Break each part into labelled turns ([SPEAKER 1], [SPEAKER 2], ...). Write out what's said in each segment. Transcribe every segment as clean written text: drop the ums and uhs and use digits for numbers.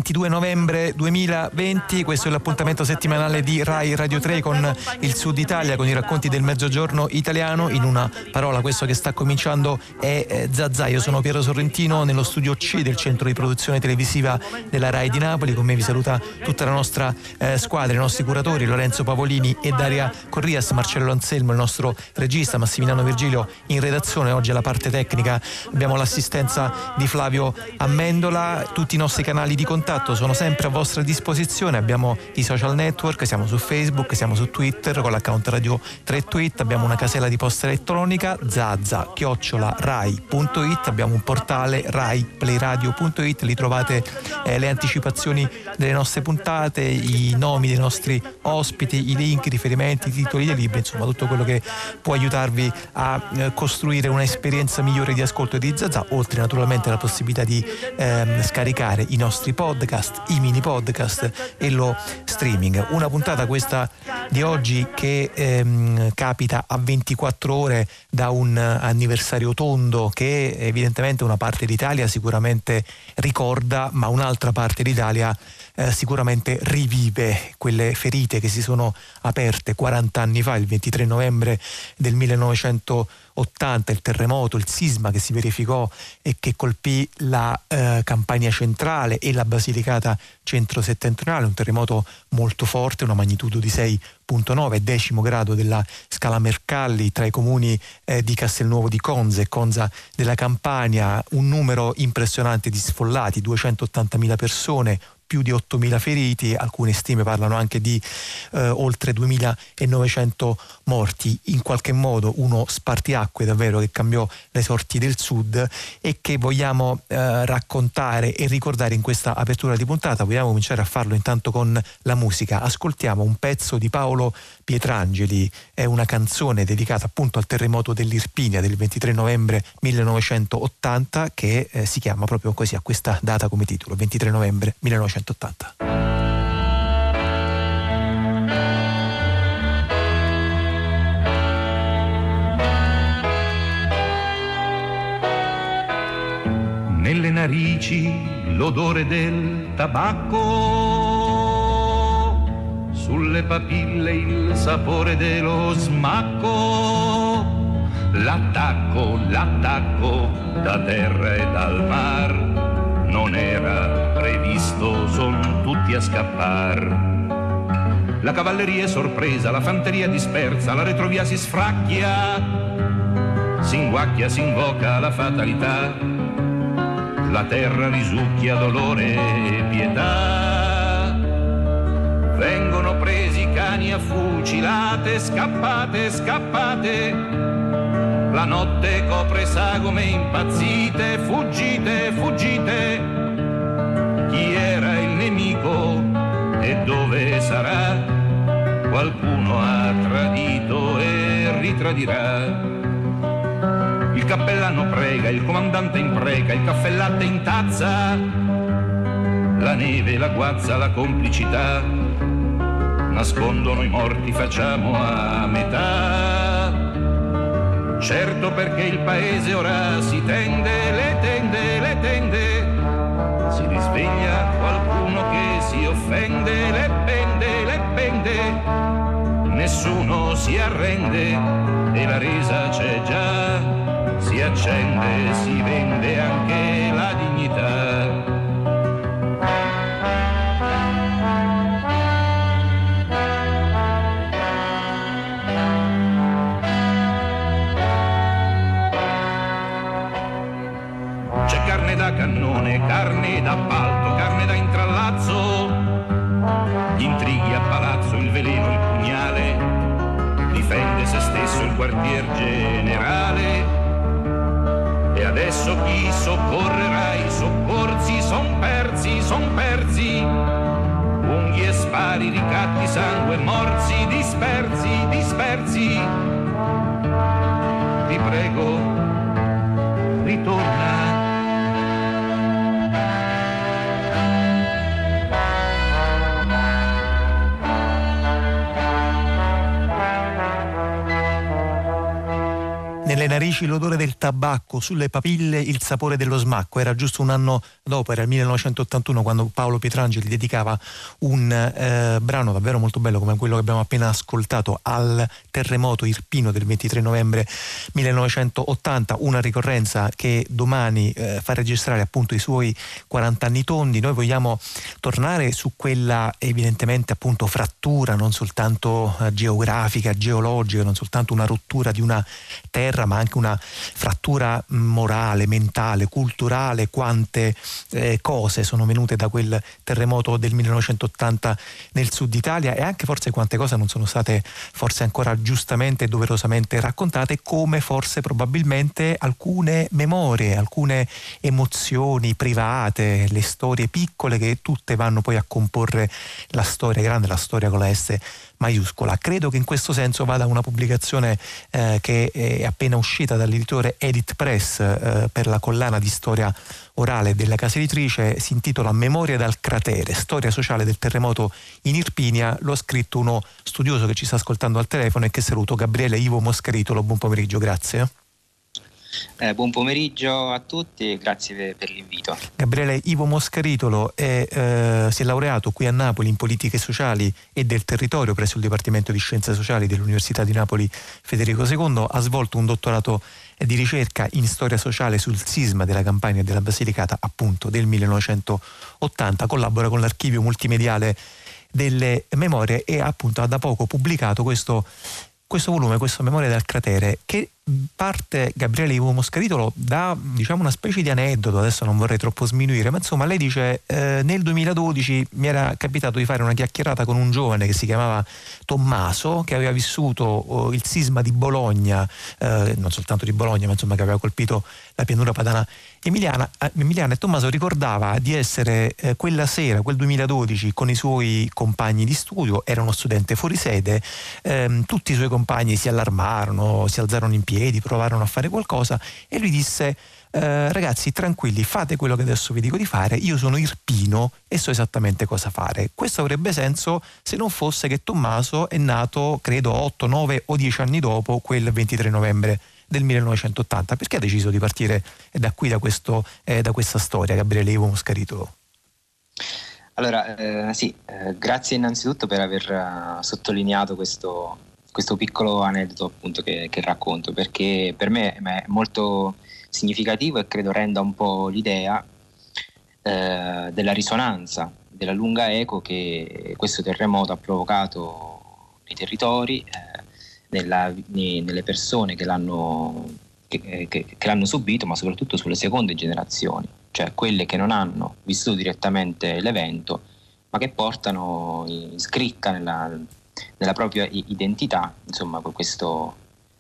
[SPEAKER 1] 22 novembre 2020, questo è l'appuntamento settimanale di Rai Radio 3 con il Sud Italia, con i racconti del mezzogiorno italiano. In una parola, questo che sta cominciando è Zazà. Io sono Piero Sorrentino, nello studio C del centro di produzione televisiva della Rai di Napoli. Con me vi saluta tutta la nostra squadra, i nostri curatori Lorenzo Pavolini e Daria Corrias, Marcello Anselmo il nostro regista, Massimiliano Virgilio in redazione. Oggi alla parte tecnica abbiamo l'assistenza di Flavio Amendola. Tutti i nostri canali di contatto sono sempre a vostra disposizione, abbiamo i social network, siamo su Facebook, siamo su Twitter con l'account Radio 3 Tweet, abbiamo una casella di posta elettronica zaza@rai.it, abbiamo un portale raiplayradio.it, lì trovate le anticipazioni delle nostre puntate, i nomi dei nostri ospiti, i link, i riferimenti, i titoli dei libri, insomma tutto quello che può aiutarvi a costruire un'esperienza migliore di ascolto di Zazà, oltre naturalmente alla possibilità di scaricare i nostri podcast, i mini podcast e lo streaming. Una puntata questa di oggi che capita a 24 ore da un anniversario tondo che evidentemente una parte d'Italia sicuramente ricorda, ma un'altra parte d'Italia sicuramente rivive quelle ferite che si sono aperte 40 anni fa, il 23 novembre del 1980, il terremoto, il sisma che si verificò e che colpì la Campania centrale e la Basilicata centro-settentrionale, un terremoto molto forte, una magnitudo di 6,9, 10° grado della scala Mercalli, tra i comuni di Castelnuovo di Conza e Conza della Campania, un numero impressionante di sfollati, 280.000 persone, più di 8.000 feriti, alcune stime parlano anche di oltre 2.900 morti. In qualche modo uno spartiacque davvero che cambiò le sorti del Sud e che vogliamo raccontare e ricordare in questa apertura di puntata. Vogliamo cominciare a farlo intanto con la musica. Ascoltiamo un pezzo di Paolo Pietrangeli, è una canzone dedicata appunto al terremoto dell'Irpinia del 23 novembre 1980 che si chiama proprio così, a questa data come titolo, 23 novembre 1980.
[SPEAKER 2] Nelle narici l'odore del tabacco, sulle papille il sapore dello smacco, l'attacco da terra e dal mar non era previsto, son tutti a scappar. La cavalleria è sorpresa, la fanteria dispersa, la retrovia si sfracchia, si inguacchia, si invoca la fatalità, la terra risucchia dolore e pietà. Vengono presi cani a fucilate, scappate, scappate, la notte copre sagome impazzite, fuggite, fuggite. Chi era il nemico e dove sarà? Qualcuno ha tradito e ritradirà. Il cappellano prega, il comandante impreca, il caffè e latte in tazza, la neve, la guazza, la complicità, nascondono i morti, facciamo a metà. Certo perché il paese ora si tende, le tende, le tende, si risveglia qualcuno che si offende, le pende, nessuno si arrende e la resa c'è già, si accende, si vende anche la dignità. Carne da cannone, carne d'appalto, carne da intrallazzo, gli intrighi a palazzo, il veleno, il pugnale, difende se stesso il quartier generale. E adesso chi soccorrerà? I soccorsi son persi, unghie e spari, ricatti, sangue, morsi, dispersi, dispersi. Ti prego, ritorna.
[SPEAKER 1] Nelle narici l'odore del tabacco, sulle papille il sapore dello smacco. Era giusto un anno dopo, era il 1981, quando Paolo Pietrangeli dedicava un brano davvero molto bello come quello che abbiamo appena ascoltato al terremoto irpino del 23 novembre 1980, una ricorrenza che domani fa registrare appunto i suoi 40 anni tondi. Noi vogliamo tornare su quella evidentemente appunto frattura non soltanto geografica, geologica, non soltanto una rottura di una terra, ma anche una frattura morale, mentale, culturale. Quante cose sono venute da quel terremoto del 1980 nel sud Italia, e anche forse quante cose non sono state forse ancora giustamente e doverosamente raccontate, come forse probabilmente alcune memorie, alcune emozioni private, le storie piccole che tutte vanno poi a comporre la storia grande, la storia con la S maiuscola. Credo che in questo senso vada una pubblicazione che è appena uscita dall'editore Edit Press per la collana di storia orale della casa editrice. Si intitola Memoria dal cratere, storia sociale del terremoto in Irpinia. Lo ha scritto uno studioso che ci sta ascoltando al telefono e che saluto, Gabriele Ivo Moscaritolo. Buon pomeriggio, grazie.
[SPEAKER 3] Buon pomeriggio a tutti e grazie per l'invito.
[SPEAKER 1] Gabriele Ivo Moscaritolo si è laureato qui a Napoli in politiche sociali e del territorio presso il Dipartimento di Scienze Sociali dell'Università di Napoli Federico II, ha svolto un dottorato di ricerca in storia sociale sul sisma della Campania e della Basilicata appunto del 1980, collabora con l'archivio multimediale delle memorie e appunto ha da poco pubblicato questo volume, questo Memoria dal cratere, che parte, Gabriele Ivo Moscaritolo, da diciamo una specie di aneddoto. Adesso non vorrei troppo sminuire, ma insomma lei dice nel 2012 mi era capitato di fare una chiacchierata con un giovane che si chiamava Tommaso, che aveva vissuto il sisma di Bologna, non soltanto di Bologna, ma insomma che aveva colpito la pianura padana emiliana, e Tommaso ricordava di essere quella sera, quel 2012, con i suoi compagni di studio. Era uno studente fuori sede, tutti i suoi compagni si allarmarono, si alzarono in piedi, provarono a fare qualcosa e lui disse ragazzi, tranquilli, fate quello che adesso vi dico di fare, io sono irpino e so esattamente cosa fare. Questo avrebbe senso se non fosse che Tommaso è nato credo 8, 9 o 10 anni dopo quel 23 novembre del 1980. Perché ha deciso di partire da qui, da questa storia, Gabriele Ivo Moscaritolo?
[SPEAKER 3] Allora, grazie innanzitutto per aver sottolineato questo piccolo aneddoto appunto che racconto, perché per me è molto significativo e credo renda un po' l'idea della risonanza, della lunga eco che questo terremoto ha provocato nei territori, nelle persone che l'hanno subito, ma soprattutto sulle seconde generazioni, cioè quelle che non hanno vissuto direttamente l'evento, ma che portano iscritta nella propria identità, insomma, questo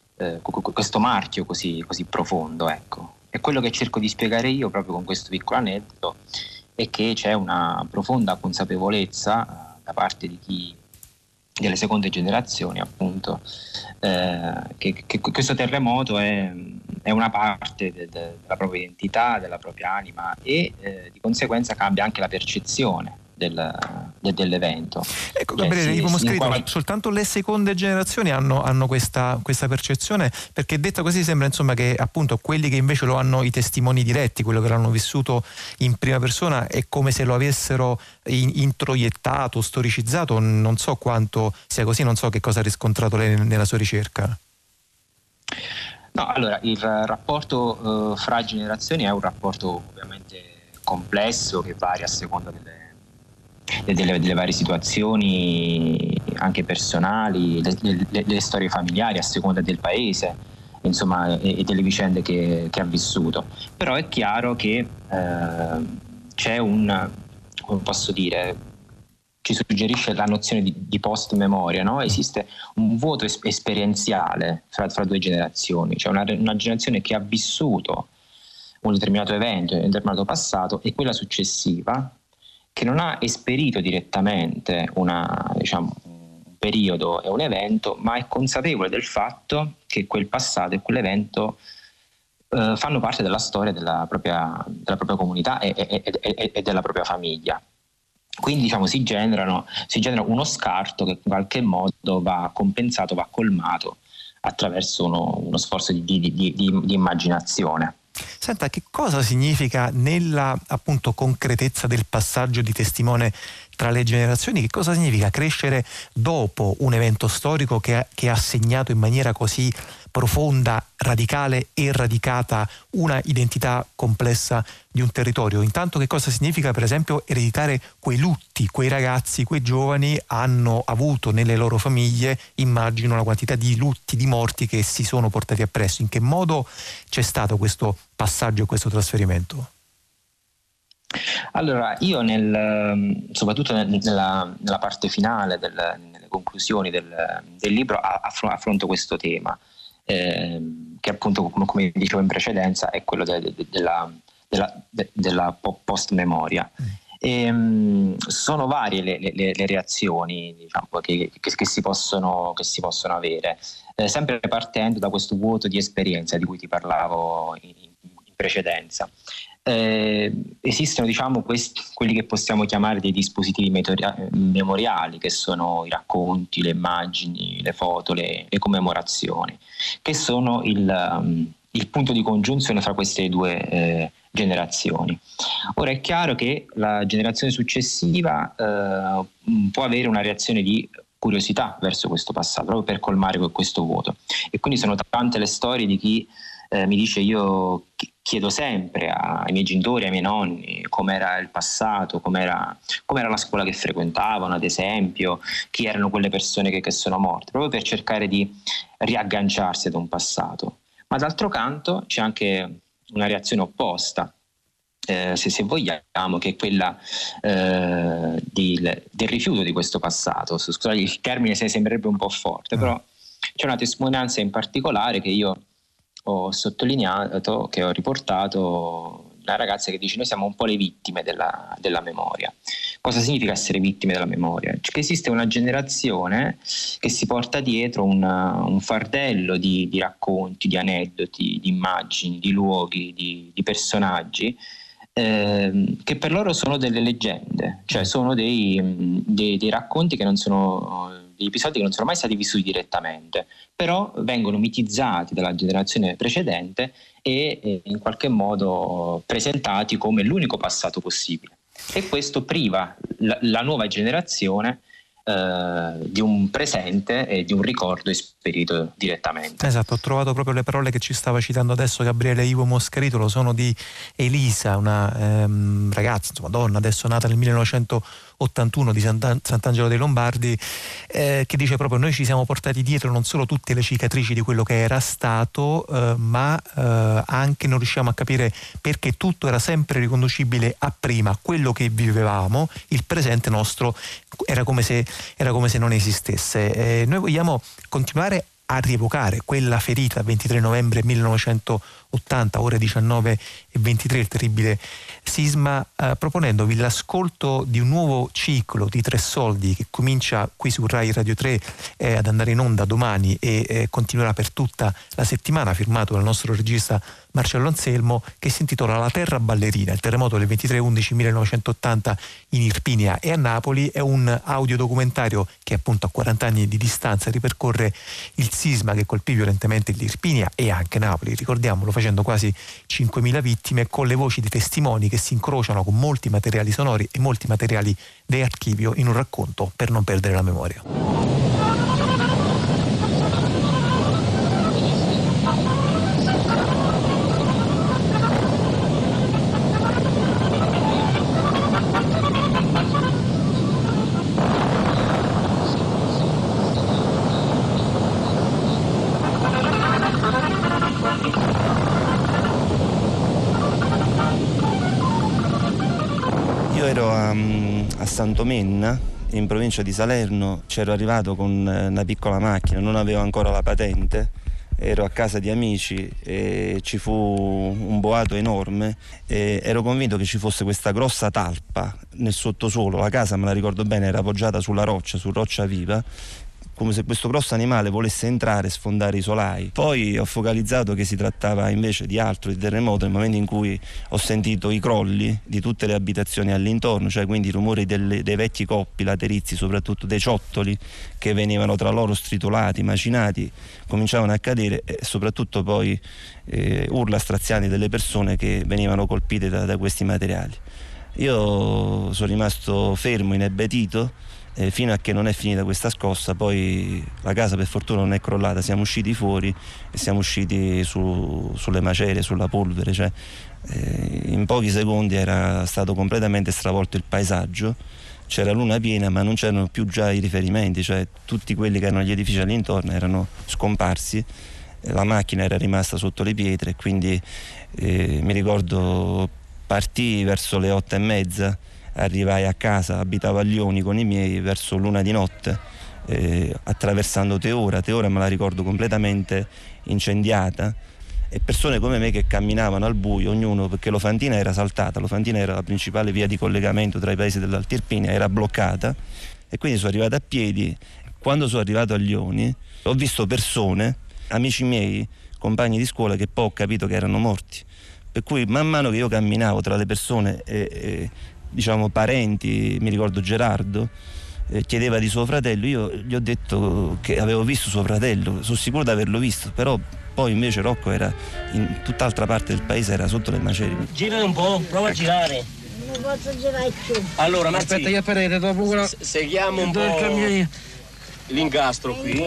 [SPEAKER 3] marchio così profondo, ecco. E quello che cerco di spiegare io proprio con questo piccolo aneddoto è che c'è una profonda consapevolezza da parte di chi delle seconde generazioni, appunto, che questo terremoto è una parte della propria identità, della propria anima, e di conseguenza cambia anche la percezione dell'evento.
[SPEAKER 1] Ecco, Gabriele, Ivo Moscaritolo, soltanto le seconde generazioni hanno questa percezione, perché detta così sembra insomma che appunto quelli che invece lo hanno, i testimoni diretti, quello che l'hanno vissuto in prima persona, è come se lo avessero introiettato, storicizzato. Non so quanto sia così, non so che cosa ha riscontrato lei nella sua ricerca.
[SPEAKER 3] No, allora il rapporto fra generazioni è un rapporto ovviamente complesso che varia a seconda delle varie situazioni anche personali, le storie familiari, a seconda del paese, insomma, e delle vicende che ha vissuto. Però è chiaro che c'è come posso dire, ci suggerisce la nozione di post-memoria, no? Esiste un vuoto esperienziale fra due generazioni, cioè una generazione che ha vissuto un determinato evento, un determinato passato, e quella successiva che non ha esperito direttamente un periodo e un evento, ma è consapevole del fatto che quel passato e quell'evento fanno parte della storia della propria comunità e della propria famiglia. Quindi si genera uno scarto che in qualche modo va compensato, va colmato attraverso uno sforzo di immaginazione.
[SPEAKER 1] Senta, che cosa significa nella appunto concretezza del passaggio di testimone tra le generazioni? Che cosa significa crescere dopo un evento storico che ha segnato in maniera così profonda, radicale e radicata una identità complessa di un territorio? Intanto, che cosa significa per esempio ereditare quei lutti? Quei ragazzi, quei giovani hanno avuto nelle loro famiglie, immagino, una quantità di lutti, di morti che si sono portati appresso. In che modo c'è stato questo passaggio e questo trasferimento?
[SPEAKER 3] Allora, io soprattutto nella parte finale, nelle conclusioni del libro, affronto questo tema, che appunto, come dicevo in precedenza, è quello della post-memoria. Sono varie le reazioni, diciamo, che si possono avere, sempre partendo da questo vuoto di esperienza di cui ti parlavo in precedenza. Esistono, diciamo, quelli che possiamo chiamare dei dispositivi memoriali, che sono i racconti, le immagini, le foto, le commemorazioni, che sono il punto di congiunzione fra queste due generazioni. Ora è chiaro che la generazione successiva può avere una reazione di curiosità verso questo passato, proprio per colmare questo vuoto, e quindi sono tante le storie di chi mi dice: io chiedo sempre ai miei genitori, ai miei nonni, com'era il passato, com'era la scuola che frequentavano, ad esempio, chi erano quelle persone che sono morte, proprio per cercare di riagganciarsi ad un passato. Ma d'altro canto c'è anche una reazione opposta, se vogliamo, che è quella del rifiuto di questo passato. Scusate, il termine sembrerebbe un po' forte, però c'è una testimonianza in particolare che io ho sottolineato, che ho riportato, una ragazza che dice: noi siamo un po' le vittime della memoria. Cosa significa essere vittime della memoria? Cioè, che esiste una generazione che si porta dietro un fardello di racconti, di aneddoti, di immagini, di luoghi, di personaggi, che per loro sono delle leggende, cioè sono dei racconti che non sono, degli episodi che non sono mai stati vissuti direttamente, però vengono mitizzati dalla generazione precedente e in qualche modo presentati come l'unico passato possibile. E questo priva la nuova generazione di un presente e di un ricordo esperito direttamente.
[SPEAKER 1] Esatto, ho trovato proprio le parole che ci stava citando adesso Gabriele Ivo Moscaritolo, sono di Elisa, una ragazza, insomma donna, adesso nata nel 1981 di Sant'Angelo dei Lombardi, che dice proprio: noi ci siamo portati dietro non solo tutte le cicatrici di quello che era stato, ma anche non riusciamo a capire perché tutto era sempre riconducibile a prima, quello che vivevamo, il presente nostro era come se non esistesse. Noi vogliamo continuare a rievocare quella ferita 23 novembre 1980, ore 19:23, il terribile sisma, proponendovi l'ascolto di un nuovo ciclo di Tre Soldi che comincia qui su Rai Radio 3 ad andare in onda domani e continuerà per tutta la settimana, firmato dal nostro regista Marcello Anselmo, che si intitola La Terra Ballerina, il terremoto del 23/11/1980 in Irpinia e a Napoli. È un audiodocumentario che appunto a 40 anni di distanza ripercorre il sisma che colpì violentemente l'Irpinia e anche Napoli, ricordiamolo, facendo quasi 5.000 vittime, con le voci di testimoni che si incrociano con molti materiali sonori e molti materiali di archivio in un racconto per non perdere la memoria.
[SPEAKER 4] Ero a Santomenna, in provincia di Salerno, c'ero arrivato con una piccola macchina, non avevo ancora la patente, ero a casa di amici e ci fu un boato enorme e ero convinto che ci fosse questa grossa talpa nel sottosuolo. La casa, me la ricordo bene, era appoggiata sulla roccia, su roccia viva, come se questo grosso animale volesse entrare e sfondare i solai. Poi ho focalizzato che si trattava invece di altro, di terremoto, nel momento in cui ho sentito i crolli di tutte le abitazioni all'intorno, cioè quindi i rumori dei vecchi coppi laterizi, soprattutto dei ciottoli che venivano tra loro stritolati, macinati, cominciavano a cadere, e soprattutto poi urla strazianti delle persone che venivano colpite da questi materiali. Io sono rimasto fermo, inebetito, fino a che non è finita questa scossa. Poi la casa per fortuna non è crollata, siamo usciti fuori e siamo usciti sulle macerie, sulla polvere, cioè, in pochi secondi era stato completamente stravolto il paesaggio, c'era luna piena ma non c'erano più già i riferimenti, cioè tutti quelli che erano gli edifici all'intorno erano scomparsi, la macchina era rimasta sotto le pietre e quindi mi ricordo partii verso le 8:30, arrivai a casa, abitavo a Lioni con i miei verso l'una di notte, attraversando Teora me la ricordo completamente incendiata, e persone come me che camminavano al buio, ognuno, perché Lofantina era saltata, Lofantina era la principale via di collegamento tra i paesi dell'Alta Irpinia, era bloccata, e quindi sono arrivato a piedi. Quando sono arrivato a Lioni ho visto persone, amici miei, compagni di scuola, che poi ho capito che erano morti, per cui man mano che io camminavo tra le persone diciamo parenti, mi ricordo Gerardo, chiedeva di suo fratello, io gli ho detto che avevo visto suo fratello, sono sicuro di averlo visto, però poi invece Rocco era in tutt'altra parte del paese, era sotto le macerie.
[SPEAKER 5] Gira un po', prova a girare.
[SPEAKER 6] Non posso girare più.
[SPEAKER 5] Allora, ma
[SPEAKER 7] aspetta, io apparete dopo quello.
[SPEAKER 5] Seguiamo un po' l'incastro qui.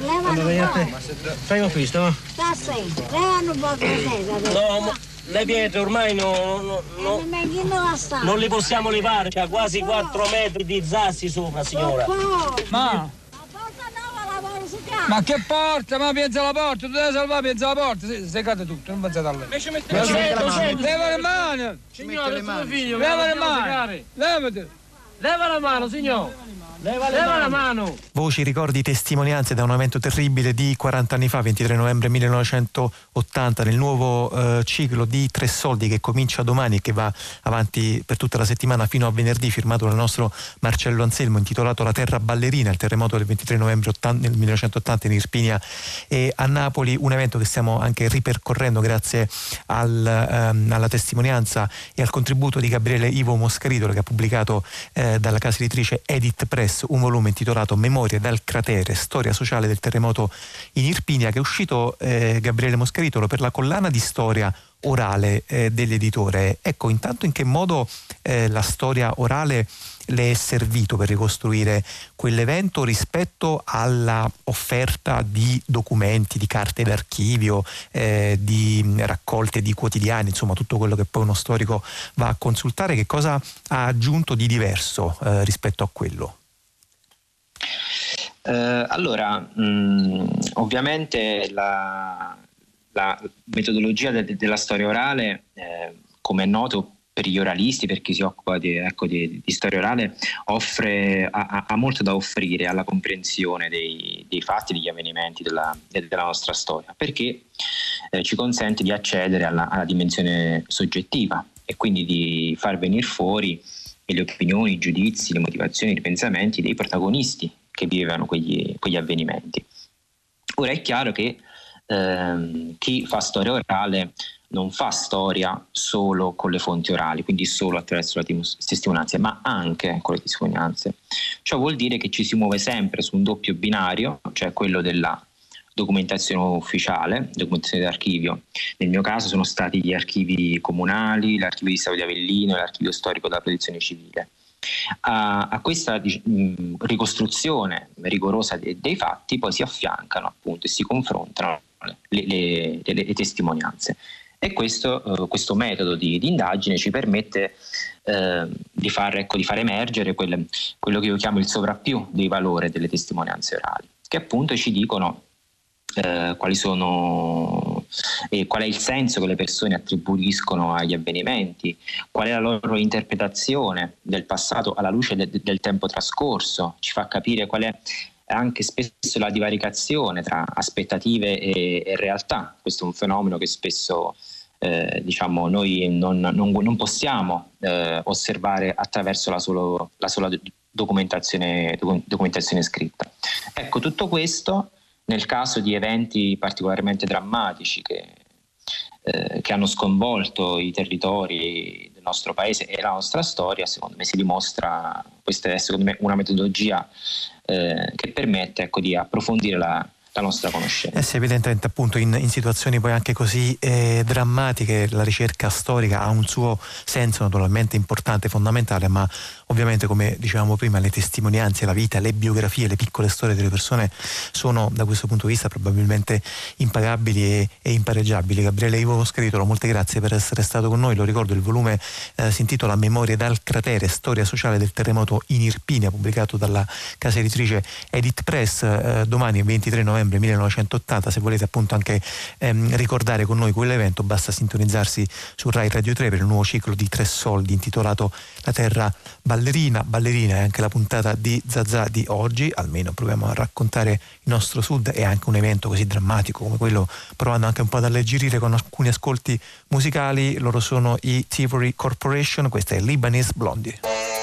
[SPEAKER 7] Fai questo, va?
[SPEAKER 6] Sta sempre, levano un po' di seta.
[SPEAKER 5] No, le pietre ormai non li possiamo levare, c'ha quasi 4 metri di zassi sopra, signora.
[SPEAKER 7] Ma che porta? Ma pensa alla porta, tu devi salvare, pensa alla porta, se cade tutto, non pensate a lei. Leva le mani!
[SPEAKER 5] Signore, tuo figlio,
[SPEAKER 7] leva le mani! Levate!
[SPEAKER 5] Leva la mano, signore! Leva la mano!
[SPEAKER 1] Voci, ricordi, testimonianze da un evento terribile di 40 anni fa, 23 novembre 1980, nel nuovo ciclo di Tre Soldi che comincia domani e che va avanti per tutta la settimana fino a venerdì, firmato dal nostro Marcello Anselmo, intitolato La Terra Ballerina, il terremoto del 23 novembre nel 1980 in Irpinia e a Napoli, un evento che stiamo anche ripercorrendo grazie alla testimonianza e al contributo di Gabriele Ivo Moscaritolo, che ha pubblicato dalla casa editrice Edit Press un volume intitolato Memorie dal cratere, storia sociale del terremoto in Irpinia, che è uscito, Gabriele Moscaritolo, per la collana di storia orale dell'editore. Ecco, intanto in che modo la storia orale le è servito per ricostruire quell'evento rispetto alla offerta di documenti, di carte d'archivio, di raccolte di quotidiani, insomma tutto quello che poi uno storico va a consultare? Che cosa ha aggiunto di diverso rispetto a quello?
[SPEAKER 3] Allora, ovviamente la metodologia della storia orale, come è noto per gli oralisti, per chi si occupa di storia orale, ha molto da offrire alla comprensione dei fatti, degli avvenimenti della nostra storia, perché ci consente di accedere alla dimensione soggettiva e quindi di far venire fuori le opinioni, i giudizi, le motivazioni, i pensamenti dei protagonisti che vivevano quegli avvenimenti. Ora è chiaro che chi fa storia orale non fa storia solo con le fonti orali, quindi solo attraverso le testimonianze, ma anche con le testimonianze. Ciò vuol dire che ci si muove sempre su un doppio binario, cioè quello della documentazione ufficiale, documentazione d'archivio. Nel mio caso sono stati gli archivi comunali, l'archivio di Stato di Avellino e l'archivio storico della Protezione Civile. A questa ricostruzione rigorosa dei fatti poi si affiancano appunto e si confrontano le testimonianze, e questo metodo di indagine ci permette di far emergere quello che io chiamo il sovrappiù dei valori delle testimonianze orali, che appunto ci dicono quali sono qual è il senso che le persone attribuiscono agli avvenimenti, qual è la loro interpretazione del passato alla luce del tempo trascorso, ci fa capire qual è anche spesso la divaricazione tra aspettative e realtà. Questo è un fenomeno che spesso noi non possiamo osservare attraverso la sola documentazione scritta. Ecco, tutto questo nel caso di eventi particolarmente drammatici che hanno sconvolto i territori del nostro paese e la nostra storia, secondo me si dimostra, questa è secondo me una metodologia che permette, ecco, di approfondire la nostra conoscenza.
[SPEAKER 1] Sì, evidentemente appunto in situazioni poi anche così drammatiche la ricerca storica ha un suo senso naturalmente importante, fondamentale, ma ovviamente, come dicevamo prima, le testimonianze, la vita, le biografie, le piccole storie delle persone sono da questo punto di vista probabilmente impagabili e impareggiabili. Gabriele Ivo Scritolo, molte grazie per essere stato con noi. Lo ricordo, il volume si intitola Memorie dal cratere, storia sociale del terremoto in Irpinia, pubblicato dalla casa editrice Edit Press. Domani, 23 novembre 1980, se volete appunto anche ricordare con noi quell'evento, basta sintonizzarsi su Rai Radio 3 per il nuovo ciclo di Tre Soldi intitolato La Terra Ballerina. Ballerina è anche la puntata di Zazà di oggi, almeno proviamo a raccontare il nostro sud e anche un evento così drammatico come quello, provando anche un po' ad alleggerire con alcuni ascolti musicali. Loro sono i Thievery Corporation, questa è Lebanese Blondie.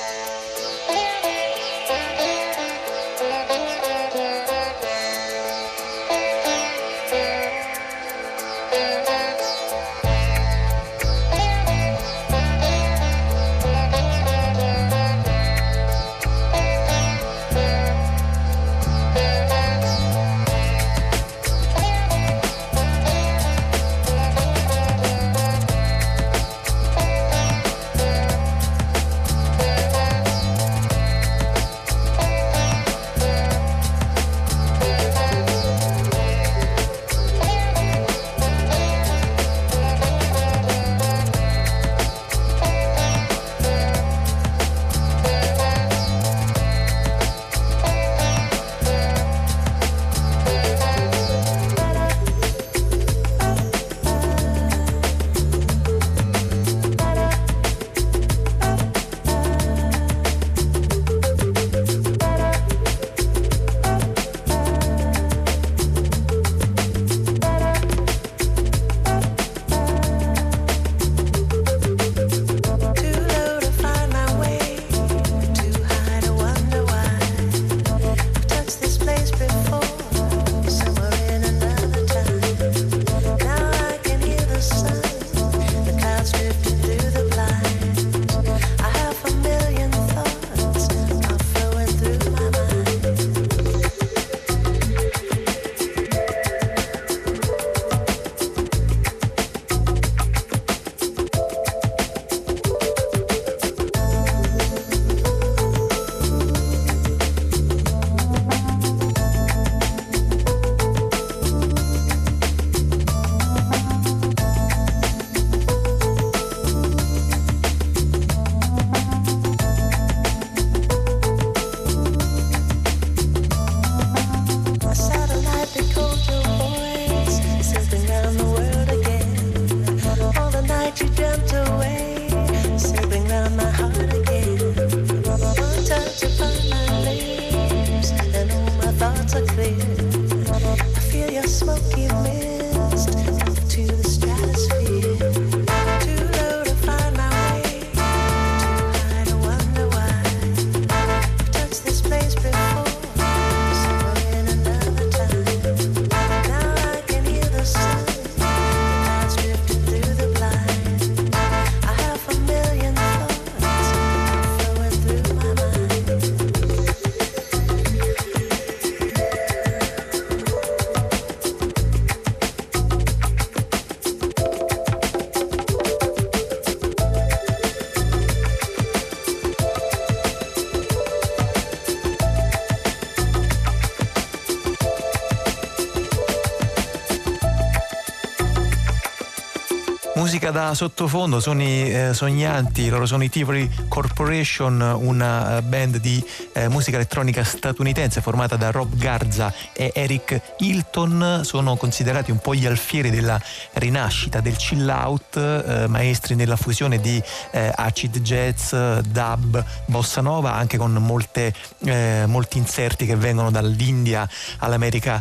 [SPEAKER 1] Musica da sottofondo, suoni sognanti, loro sono i Thievery Corporation, una band di musica elettronica statunitense formata da Rob Garza e Eric Hilton. Sono considerati un po' gli alfieri della rinascita del chill out, maestri nella fusione di acid jazz, dub, bossa nova, anche con molti inserti che vengono dall'India all'America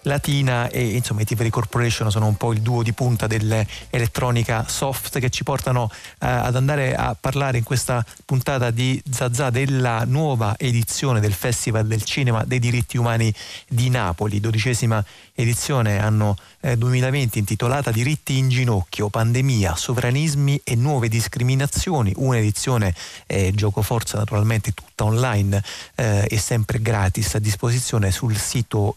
[SPEAKER 1] latina, e insomma i Tivoli Corporation sono un po' il duo di punta dell'elettronica soft che ci portano ad andare a parlare in questa puntata di Zazà della nuova edizione del Festival del Cinema dei Diritti Umani di Napoli, 12ª edizione anno 2020, intitolata Diritti in ginocchio, pandemia, sovranismi e nuove discriminazioni, un'edizione gioco forza naturalmente tutta online e sempre gratis a disposizione sul sito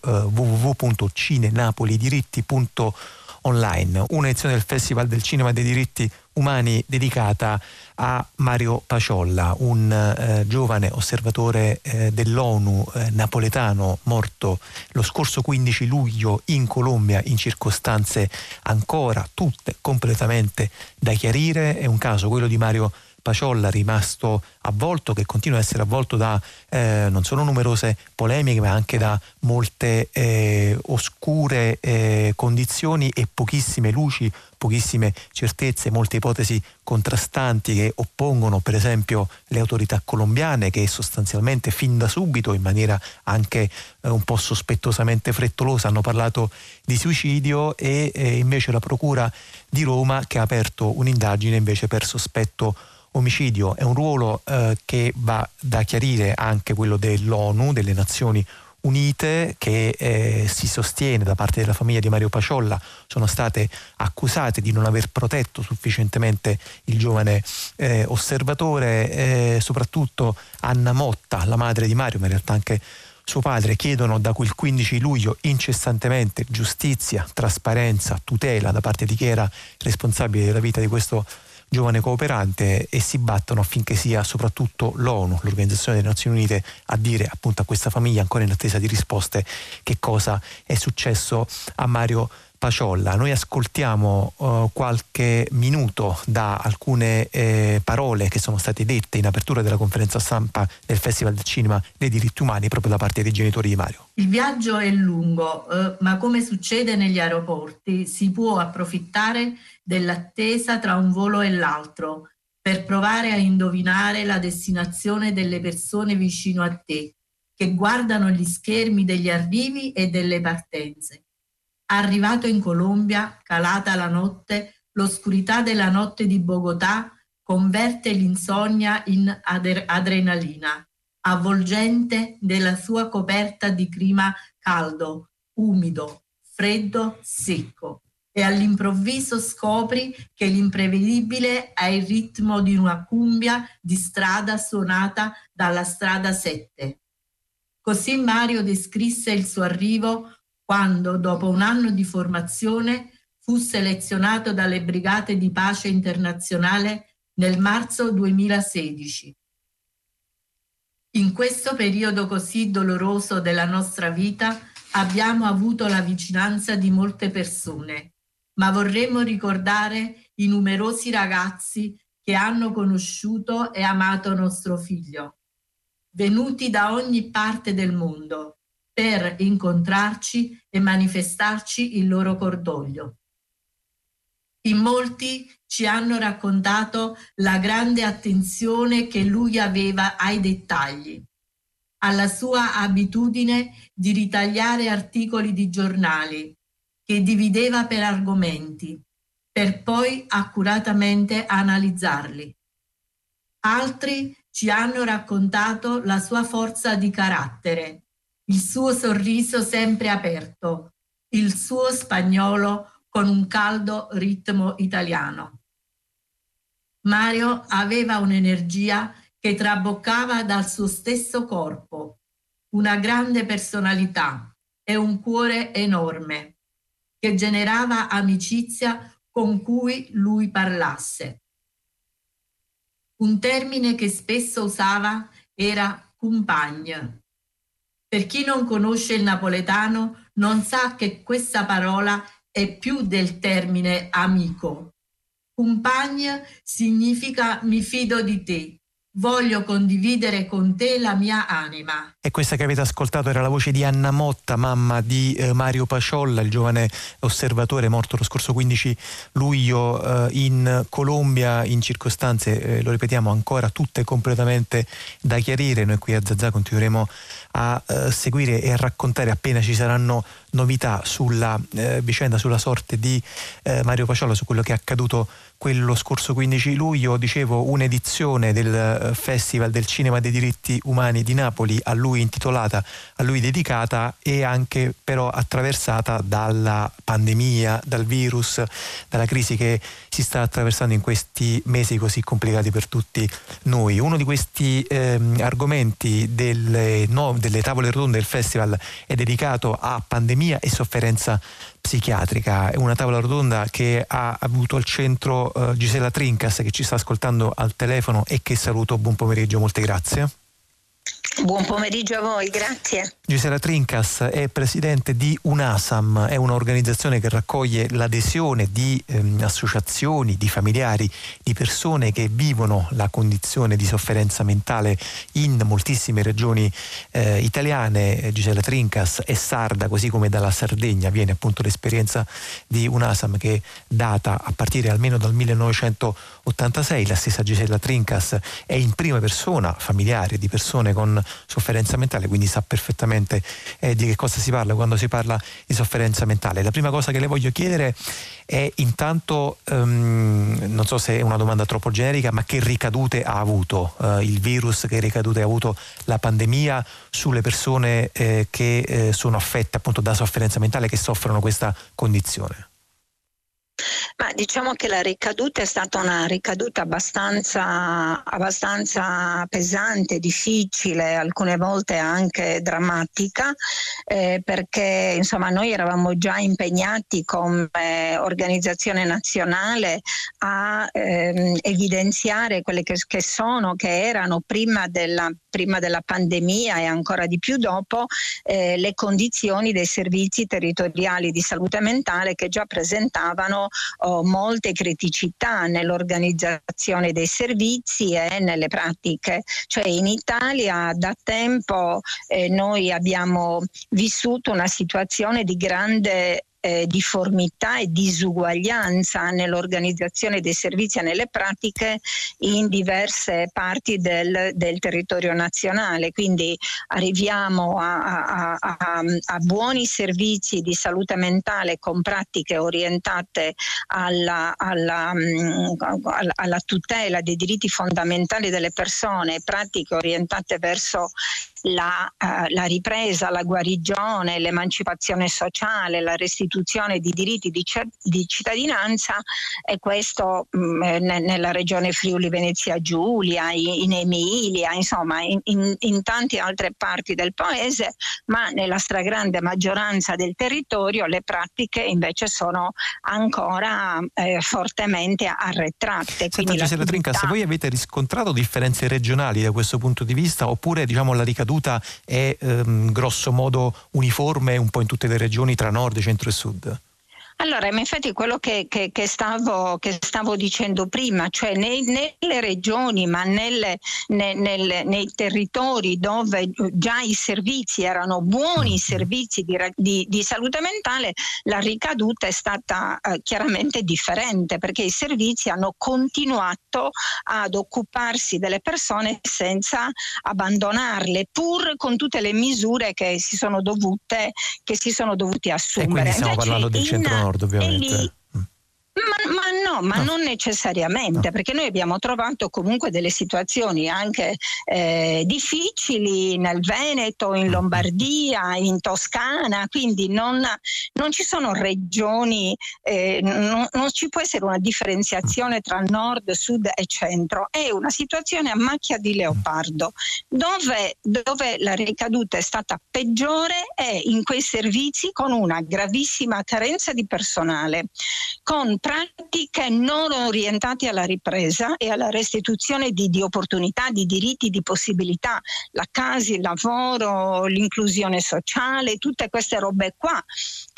[SPEAKER 1] www.cinenapolidiritti.online, un'edizione del Festival del Cinema dei Diritti Umani dedicata a Mario Paciolla, un giovane osservatore dell'ONU napoletano morto lo scorso 15 luglio in Colombia in circostanze ancora tutte completamente da chiarire. È un caso, quello di Mario Paciolla, rimasto avvolto, che continua a essere avvolto da non solo numerose polemiche ma anche da molte oscure condizioni e pochissime luci, pochissime certezze, molte ipotesi contrastanti che oppongono per esempio le autorità colombiane, che sostanzialmente fin da subito in maniera anche un po' sospettosamente frettolosa hanno parlato di suicidio, e invece la Procura di Roma che ha aperto un'indagine invece per sospetto omicidio. È un ruolo che va da chiarire anche quello dell'ONU, delle Nazioni Unite, che si sostiene da parte della famiglia di Mario Paciolla sono state accusate di non aver protetto sufficientemente il giovane osservatore. Soprattutto Anna Motta, la madre di Mario, ma in realtà anche suo padre, chiedono da quel 15 luglio incessantemente giustizia, trasparenza, tutela da parte di chi era responsabile della vita di questo giovane cooperante, e si battono affinché sia soprattutto l'ONU, l'Organizzazione delle Nazioni Unite, a dire appunto a questa famiglia, ancora in attesa di risposte, che cosa è successo a Mario Paciolla. Noi ascoltiamo qualche minuto da alcune parole che sono state dette in apertura della conferenza stampa del Festival del Cinema dei Diritti Umani proprio da parte dei genitori di Mario.
[SPEAKER 8] Il viaggio è lungo, ma come succede negli aeroporti si può approfittare dell'attesa tra un volo e l'altro per provare a indovinare la destinazione delle persone vicino a te, che guardano gli schermi degli arrivi e delle partenze. Arrivato in Colombia, calata la notte, l'oscurità della notte di Bogotà converte l'insonnia in adrenalina, avvolgente della sua coperta di clima caldo, umido, freddo, secco. E all'improvviso scopri che l'imprevedibile è il ritmo di una cumbia di strada suonata dalla strada 7. Così Mario descrisse il suo arrivo quando, dopo un anno di formazione, fu selezionato dalle Brigate di Pace Internazionale nel marzo 2016. In questo periodo così doloroso della nostra vita abbiamo avuto la vicinanza di molte persone, ma vorremmo ricordare i numerosi ragazzi che hanno conosciuto e amato nostro figlio, venuti da ogni parte del mondo per incontrarci e manifestarci il loro cordoglio. In molti ci hanno raccontato la grande attenzione che lui aveva ai dettagli, alla sua abitudine di ritagliare articoli di giornali che divideva per argomenti, per poi accuratamente analizzarli. Altri ci hanno raccontato la sua forza di carattere, il suo sorriso sempre aperto, il suo spagnolo con un caldo ritmo italiano. Mario aveva un'energia che traboccava dal suo stesso corpo, una grande personalità e un cuore enorme, che generava amicizia con cui lui parlasse. Un termine che spesso usava era compagno. Per chi non conosce il napoletano non sa che questa parola è più del termine amico. Compagno significa mi fido di te, voglio condividere con te la mia anima.
[SPEAKER 1] E questa che avete ascoltato era la voce di Anna Motta, mamma di Mario Paciolla, il giovane osservatore morto lo scorso 15 luglio in Colombia in circostanze, lo ripetiamo, ancora tutte completamente da chiarire. Noi qui a Zazà continueremo a seguire e a raccontare appena ci saranno novità sulla vicenda, sulla sorte di Mario Paciolla, su quello che è accaduto quello scorso 15 luglio. Dicevo, un'edizione del Festival del Cinema dei Diritti Umani di Napoli, a lui intitolata, a lui dedicata, e anche però attraversata dalla pandemia, dal virus, dalla crisi che si sta attraversando in questi mesi così complicati per tutti noi. Uno di questi argomenti delle tavole rotonde del festival è dedicato a pandemia e sofferenza psichiatrica. È una tavola rotonda che ha avuto al centro Gisela Trincas, che ci sta ascoltando al telefono e che saluto. Buon pomeriggio, molte grazie.
[SPEAKER 9] Buon pomeriggio a voi, grazie.
[SPEAKER 1] Gisela Trincas è presidente di UNASAM, è un'organizzazione che raccoglie l'adesione di associazioni, di familiari, di persone che vivono la condizione di sofferenza mentale in moltissime regioni italiane. Gisela Trincas è sarda, così come dalla Sardegna viene appunto l'esperienza di UNASAM, che data a partire almeno dal 1986. La stessa Gisela Trincas è in prima persona familiare di persone con sofferenza mentale, quindi sa perfettamente di che cosa si parla quando si parla di sofferenza mentale. La prima cosa che le voglio chiedere è intanto, non so se è una domanda troppo generica, ma che ricadute ha avuto il virus, che ricadute ha avuto la pandemia sulle persone che sono affette appunto da sofferenza mentale, che soffrono questa condizione?
[SPEAKER 9] Ma diciamo che la ricaduta è stata una ricaduta abbastanza pesante, difficile, alcune volte anche drammatica, perché insomma noi eravamo già impegnati come organizzazione nazionale a evidenziare quelle che erano prima della pandemia e ancora di più dopo le condizioni dei servizi territoriali di salute mentale, che già presentavano molte criticità nell'organizzazione dei servizi e nelle pratiche. Cioè in Italia da tempo noi abbiamo vissuto una situazione di grande difformità e disuguaglianza nell'organizzazione dei servizi e nelle pratiche in diverse parti del territorio nazionale. Quindi arriviamo a buoni servizi di salute mentale con pratiche orientate alla tutela dei diritti fondamentali delle persone, pratiche orientate verso la ripresa, la guarigione, l'emancipazione sociale, la restituzione di diritti di cittadinanza, e questo nella regione Friuli Venezia Giulia, in Emilia, insomma in tante altre parti del paese, ma nella stragrande maggioranza del territorio le pratiche invece sono ancora fortemente arretrate.
[SPEAKER 1] Senta, Gisela Trincas, voi avete riscontrato differenze regionali da questo punto di vista, oppure diciamo la ricaduta è grosso modo uniforme un po' in tutte le regioni tra nord, centro e sud?
[SPEAKER 9] Allora, infatti quello che stavo dicendo prima, cioè nelle regioni, ma nei territori dove già i servizi erano buoni servizi di salute mentale, la ricaduta è stata chiaramente differente, perché i servizi hanno continuato ad occuparsi delle persone senza abbandonarle, pur con tutte le misure che si sono dovuti assumere.
[SPEAKER 1] E quindi stiamo parlando del centro-nord, ovviamente.
[SPEAKER 9] Ma non necessariamente, perché noi abbiamo trovato comunque delle situazioni anche difficili nel Veneto, in Lombardia, in Toscana, quindi non ci sono regioni, non ci può essere una differenziazione tra nord, sud e centro. È una situazione a macchia di leopardo, dove la ricaduta è stata peggiore è in quei servizi con una gravissima carenza di personale, con pratiche non orientate alla ripresa e alla restituzione di opportunità, di diritti, di possibilità, la casa, il lavoro, l'inclusione sociale, tutte queste robe qua che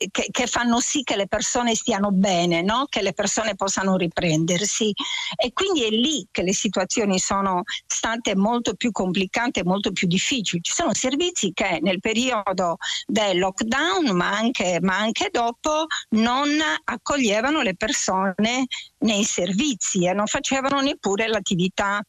[SPEAKER 9] che fanno sì che le persone stiano bene, no? Che le persone possano riprendersi, e quindi è lì che le situazioni sono state molto più complicate, molto più difficili. Ci sono servizi che nel periodo del lockdown, ma anche dopo, non accoglievano le persone nei servizi e non facevano neppure l'attività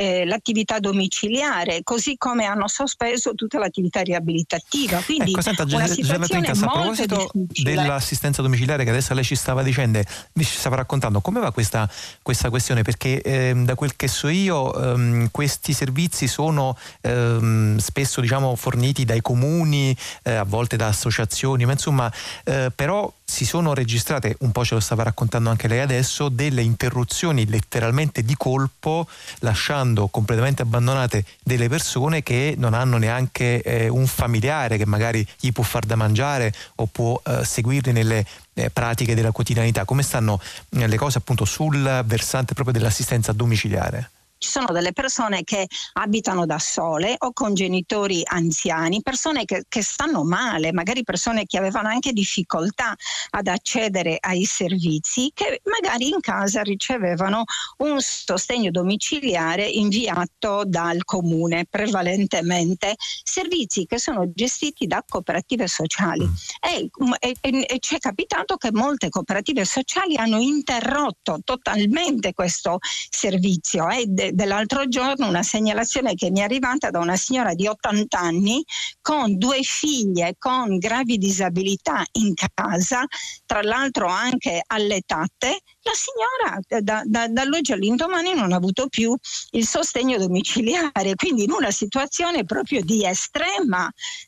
[SPEAKER 9] domiciliare, così come hanno sospeso tutta l'attività riabilitativa. Quindi
[SPEAKER 1] senta,
[SPEAKER 9] una situazione
[SPEAKER 1] a proposito dell'assistenza domiciliare che adesso lei ci stava dicendo, ci stava raccontando, come va questa questione? Perché da quel che so io questi servizi sono spesso, diciamo, forniti dai comuni, a volte da associazioni, ma insomma però si sono registrate, un po' ce lo stava raccontando anche lei adesso, delle interruzioni letteralmente di colpo, lasciando completamente abbandonate delle persone che non hanno neanche un familiare che magari gli può far da mangiare o può seguirli nelle pratiche della quotidianità. Come stanno le cose appunto sul versante proprio dell'assistenza domiciliare?
[SPEAKER 9] Ci sono delle persone che abitano da sole o con genitori anziani, persone che stanno male, magari persone che avevano anche difficoltà ad accedere ai servizi, che magari in casa ricevevano un sostegno domiciliare inviato dal comune, prevalentemente servizi che sono gestiti da cooperative sociali. E ci è capitato che molte cooperative sociali hanno interrotto totalmente questo servizio. Dell'altro giorno una segnalazione che mi è arrivata da una signora di 80 anni con 2 figlie con gravi disabilità in casa, tra l'altro anche allettate. La signora dall'oggi all'indomani non ha avuto più il sostegno domiciliare, quindi in una situazione proprio di estrema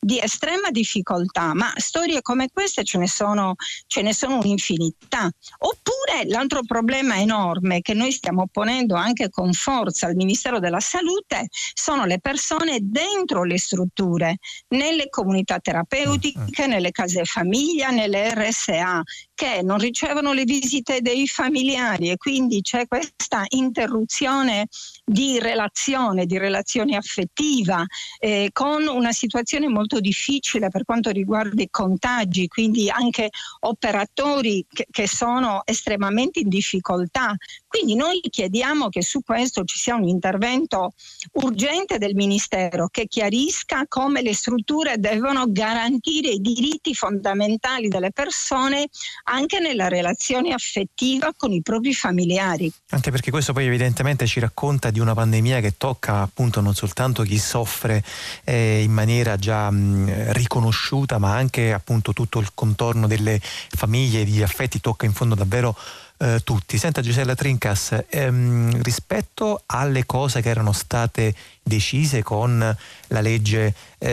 [SPEAKER 9] difficoltà. Ma storie come queste ce ne sono un'infinità. Oppure l'altro problema enorme che noi stiamo ponendo anche con forza al Ministero della Salute sono le persone dentro le strutture, nelle comunità terapeutiche, nelle case famiglia, nelle RSA, che non ricevono le visite dei familiari, e quindi c'è questa interruzione di relazione affettiva, con una situazione molto difficile per quanto riguarda i contagi, quindi anche operatori che sono estremamente in difficoltà. Quindi noi chiediamo che su questo ci sia un intervento urgente del Ministero che chiarisca come le strutture devono garantire i diritti fondamentali delle persone anche nella relazione affettiva con i propri familiari.
[SPEAKER 1] Anche perché questo poi evidentemente ci racconta di una pandemia che tocca appunto non soltanto chi soffre in maniera già riconosciuta, ma anche appunto tutto il contorno delle famiglie, degli affetti, tocca in fondo davvero tutti. Senta Gisella Trincas, rispetto alle cose che erano state decise con la legge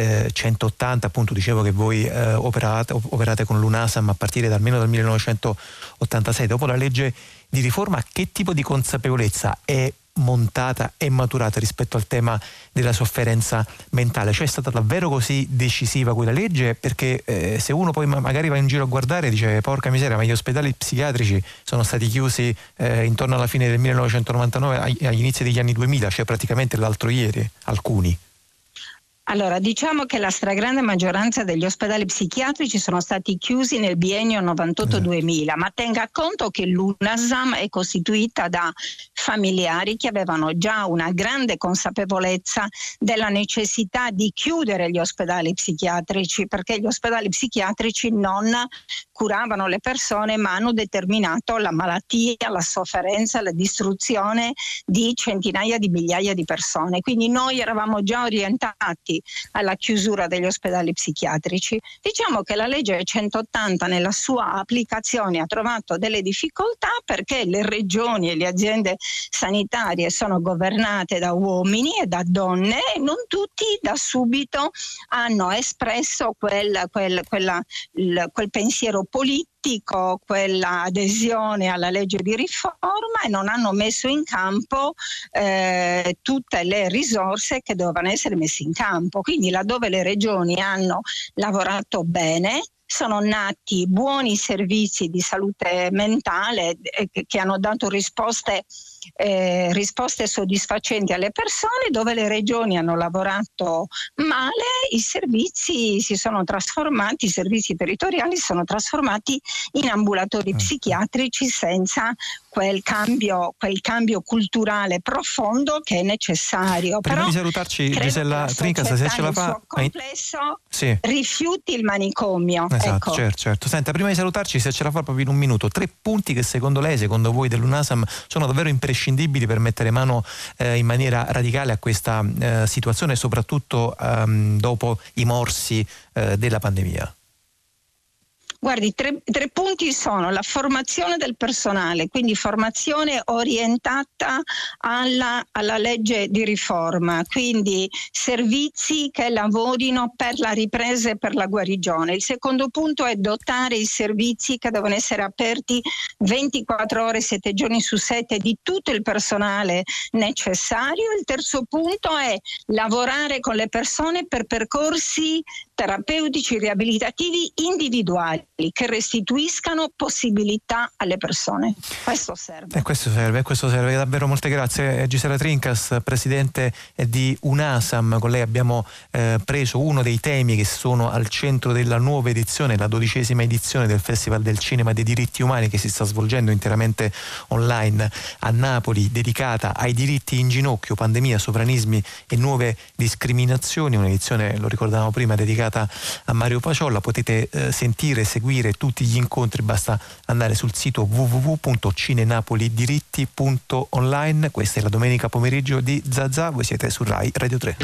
[SPEAKER 1] 180, appunto dicevo che voi operate con l'UNASAM a partire almeno dal 1986, dopo la legge di riforma, che tipo di consapevolezza è montata e maturata rispetto al tema della sofferenza mentale? Cioè è stata davvero così decisiva quella legge? Perché se uno poi magari va in giro a guardare dice porca miseria, ma gli ospedali psichiatrici sono stati chiusi intorno alla fine del 1999 agli inizi degli anni 2000, cioè praticamente l'altro ieri alcuni.
[SPEAKER 9] Allora, diciamo che la stragrande maggioranza degli ospedali psichiatrici sono stati chiusi nel biennio 98-2000, ma tenga conto che l'UNASAM è costituita da familiari che avevano già una grande consapevolezza della necessità di chiudere gli ospedali psichiatrici, perché gli ospedali psichiatrici non curavano le persone, ma hanno determinato la malattia, la sofferenza, la distruzione di centinaia di migliaia di persone. Quindi noi eravamo già orientati alla chiusura degli ospedali psichiatrici. Diciamo che la legge 180 nella sua applicazione ha trovato delle difficoltà perché le regioni e le aziende sanitarie sono governate da uomini e da donne e non tutti da subito hanno espresso quel pensiero politico, quella adesione alla legge di riforma, e non hanno messo in campo tutte le risorse che dovevano essere messe in campo. Quindi laddove le regioni hanno lavorato bene, sono nati buoni servizi di salute mentale che hanno dato risposte risposte soddisfacenti alle persone. Dove le regioni hanno lavorato male, i servizi si sono trasformati, i servizi territoriali si sono trasformati in ambulatori psichiatrici senza quel cambio culturale profondo che è necessario.
[SPEAKER 1] Prima
[SPEAKER 9] però
[SPEAKER 1] di salutarci, Gisella Trincas, se ce la fa,
[SPEAKER 9] complesso
[SPEAKER 1] sì,
[SPEAKER 9] rifiuti il manicomio.
[SPEAKER 1] Esatto,
[SPEAKER 9] ecco.
[SPEAKER 1] certo. Senta, prima di salutarci, se ce la fa proprio in un minuto, 3 punti che secondo lei, secondo voi dell'UNASAM, sono davvero imprescindibili per mettere mano in maniera radicale a questa situazione, soprattutto dopo i morsi della pandemia.
[SPEAKER 9] Guardi, tre punti sono la formazione del personale, quindi formazione orientata alla legge di riforma, quindi servizi che lavorino per la ripresa e per la guarigione. Il secondo punto è dotare i servizi che devono essere aperti 24 ore, 7 giorni su 7 di tutto il personale necessario. Il terzo punto è lavorare con le persone per percorsi terapeutici riabilitativi individuali che restituiscano possibilità alle persone. Questo serve.
[SPEAKER 1] Questo serve. Davvero molte grazie. Gisella Trincas, presidente di UNASAM. Con lei abbiamo preso uno dei temi che sono al centro della nuova edizione, la 12ª edizione del Festival del Cinema dei Diritti Umani, che si sta svolgendo interamente online a Napoli, dedicata ai diritti in ginocchio, pandemia, sovranismi e nuove discriminazioni. Un'edizione, lo ricordavamo prima, dedicata a Mario Paciolla. Potete sentire e seguire tutti gli incontri, basta andare sul sito www.cinenapolidiritti.online. Questa è la domenica pomeriggio di Zazà, voi siete su Rai Radio 3.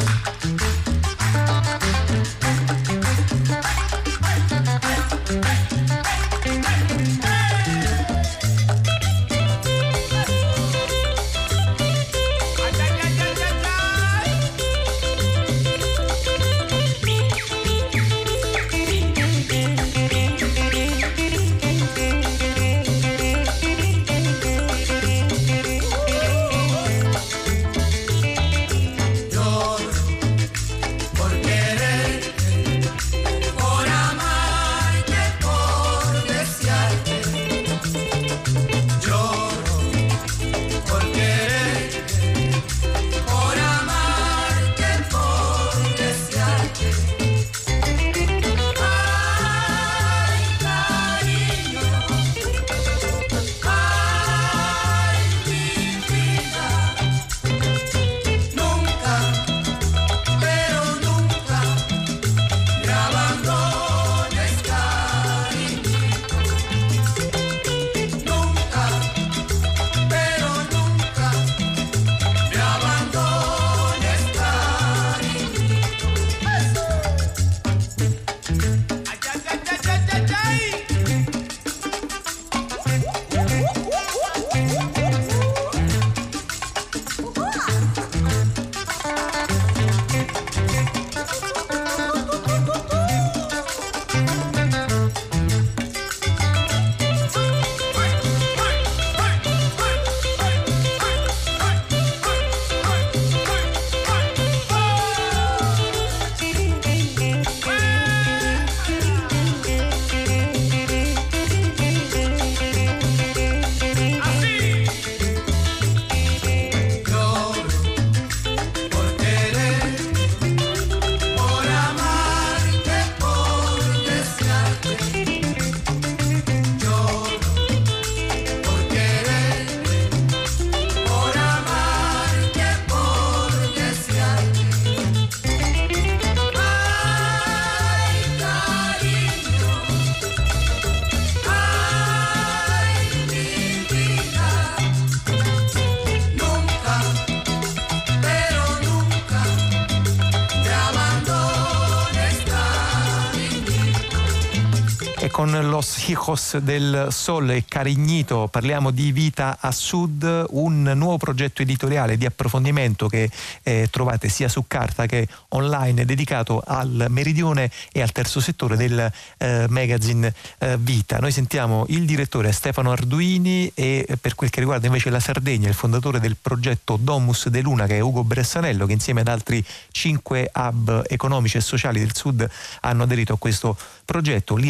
[SPEAKER 1] Con Los Hijos del Sol e Carignito parliamo di Vita a Sud, un nuovo progetto editoriale di approfondimento che trovate sia su carta che online, dedicato al meridione e al terzo settore del magazine Vita. Noi sentiamo il direttore Stefano Arduini e per quel che riguarda invece la Sardegna il fondatore del progetto Domus de Luna, che è Ugo Bressanello, che insieme ad altri 5 hub economici e sociali del Sud hanno aderito a questo progetto. Li ascoltiamo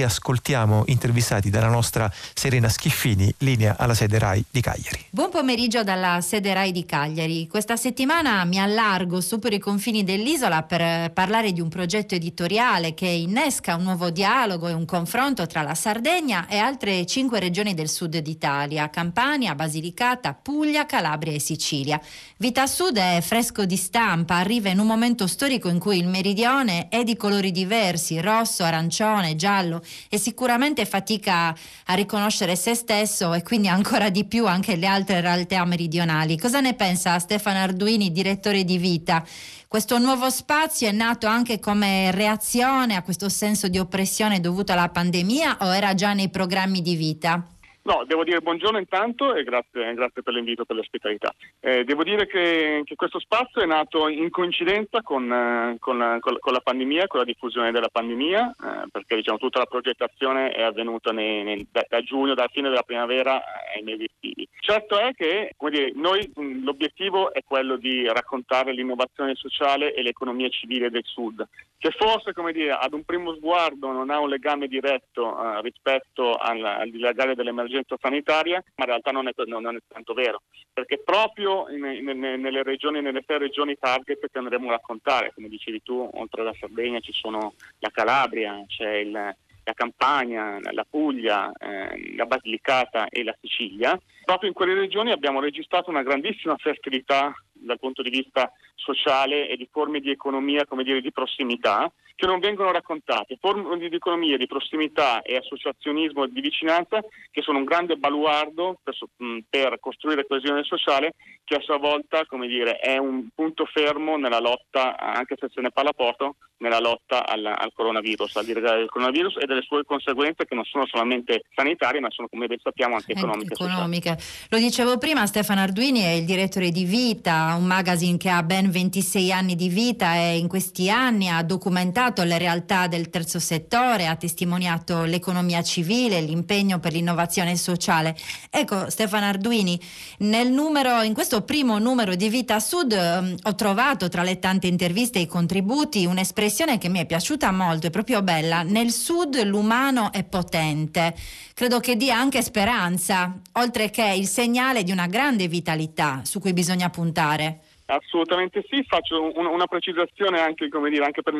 [SPEAKER 1] ascoltiamo intervistati dalla nostra Serena Schiffini, linea alla sede RAI di Cagliari.
[SPEAKER 10] Buon pomeriggio dalla sede RAI di Cagliari. Questa settimana mi allargo, supero i confini dell'isola per parlare di un progetto editoriale che innesca un nuovo dialogo e un confronto tra la Sardegna e altre 5 regioni del sud d'Italia: Campania, Basilicata, Puglia, Calabria e Sicilia. Vita Sud è fresco di stampa, arriva in un momento storico in cui il meridione è di colori diversi, rosso, arancione, giallo, e sicuramente fatica a riconoscere se stesso e quindi ancora di più anche le altre realtà meridionali. Cosa ne pensa Stefano Arduini, direttore di Vita? Questo nuovo spazio è nato anche come reazione a questo senso di oppressione dovuto alla pandemia o era già nei programmi di Vita?
[SPEAKER 11] No, devo dire buongiorno intanto e grazie per l'invito, per l'ospitalità. Devo dire che questo spazio è nato in coincidenza con la pandemia, con la diffusione della pandemia, perché diciamo tutta la progettazione è avvenuta da giugno, dalla fine della primavera ai mesi estivi. Certo è che, come dire, noi l'obiettivo è quello di raccontare l'innovazione sociale e l'economia civile del Sud, che forse, come dire, ad un primo sguardo non ha un legame diretto rispetto al dilagare dell'emergenza sanitaria, ma in realtà non è tanto vero, perché proprio nelle regioni, nelle 6 regioni target che andremo a raccontare, come dicevi tu, oltre alla Sardegna ci sono la Calabria, c'è la Campania, la Puglia, la Basilicata e la Sicilia. Proprio in quelle regioni abbiamo registrato una grandissima fertilità dal punto di vista sociale e di forme di economia, come dire, di prossimità, che non vengono raccontate, forme di economia, di prossimità e associazionismo di vicinanza che sono un grande baluardo per costruire coesione sociale, che a sua volta, come dire, è un punto fermo nella lotta, anche se se ne parla poco, nella lotta al coronavirus, al dilagare del coronavirus e delle sue conseguenze che non sono solamente sanitarie, ma sono, come ben sappiamo, anche economiche.
[SPEAKER 10] Lo dicevo prima, Stefano Arduini è il direttore di Vita, un magazine che ha ben 26 anni di vita e in questi anni ha documentato le realtà del terzo settore, ha testimoniato l'economia civile, l'impegno per l'innovazione sociale. Ecco, Stefano Arduini, in questo primo numero di Vita Sud ho trovato tra le tante interviste e i contributi un'espressione che mi è piaciuta molto, è proprio bella: nel Sud l'umano è potente. Credo che dia anche speranza, oltre che il segnale di una grande vitalità su cui bisogna puntare.
[SPEAKER 11] Assolutamente sì, faccio una precisazione anche, come dire, anche per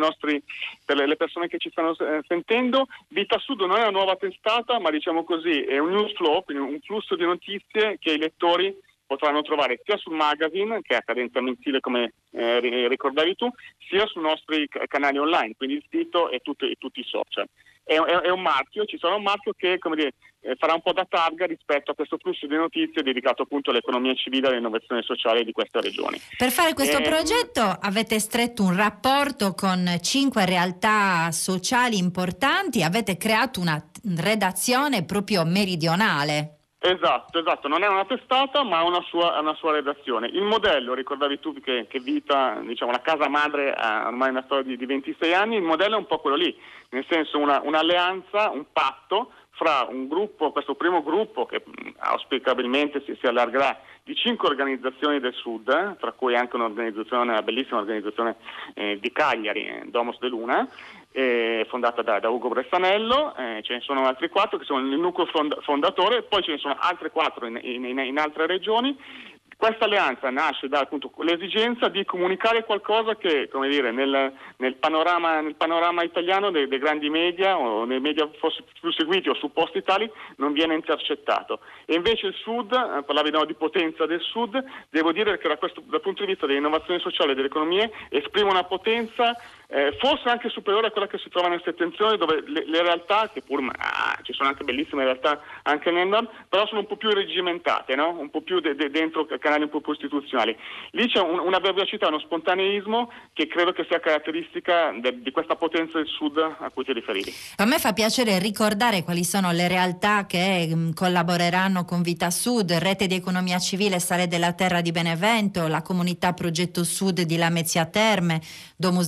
[SPEAKER 11] le persone che ci stanno sentendo. Vita Sud non è una nuova testata, ma diciamo così è un news flow, quindi un flusso di notizie che i lettori potranno trovare sia sul magazine, che è a cadenza mensile come ricordavi tu, sia sui nostri canali online, quindi il sito e tutti i social. È un marchio, ci sarà un marchio che, come dire, farà un po' da targa rispetto a questo flusso di notizie dedicato appunto all'economia civile e all'innovazione sociale di queste regioni.
[SPEAKER 10] Per fare questo progetto avete stretto un rapporto con 5 realtà sociali importanti, avete creato una redazione proprio meridionale.
[SPEAKER 11] Esatto, non è una testata ma una sua redazione. Il modello, ricordavi tu che Vita, diciamo la casa madre ha ormai una storia di 26 anni, il modello è un po' quello lì, nel senso un'alleanza, un patto fra un gruppo, questo primo gruppo che auspicabilmente si allargherà, di 5 organizzazioni del Sud, tra cui anche una bellissima organizzazione di Cagliari, Domus de Luna, fondata da Ugo Bressanello, ce ne sono altri 4 che sono il nucleo fondatore, poi ce ne sono altre 4 in altre regioni. Questa alleanza nasce da appunto l'esigenza di comunicare qualcosa che, come dire, nel panorama italiano dei grandi media o nei media forse più seguiti o supposti tali non viene intercettato. E invece il Sud, parlavi di potenza del Sud, devo dire che dal punto di vista dell'innovazione sociale e delle economie esprime una potenza forse anche superiore a quella che si trova nel settentrione, dove le realtà, che pur ci sono anche bellissime realtà anche nel nord, però sono un po' più reggimentate, no? Un po' più dentro canali un po' più istituzionali. Lì c'è una vivacità, uno spontaneismo che credo che sia caratteristica di questa potenza del Sud a cui ti riferivi.
[SPEAKER 10] A me fa piacere ricordare quali sono le realtà che collaboreranno con Vita Sud: Rete di Economia Civile Sale della Terra di Benevento, la comunità Progetto Sud di Lamezia Terme, Domus de Luna di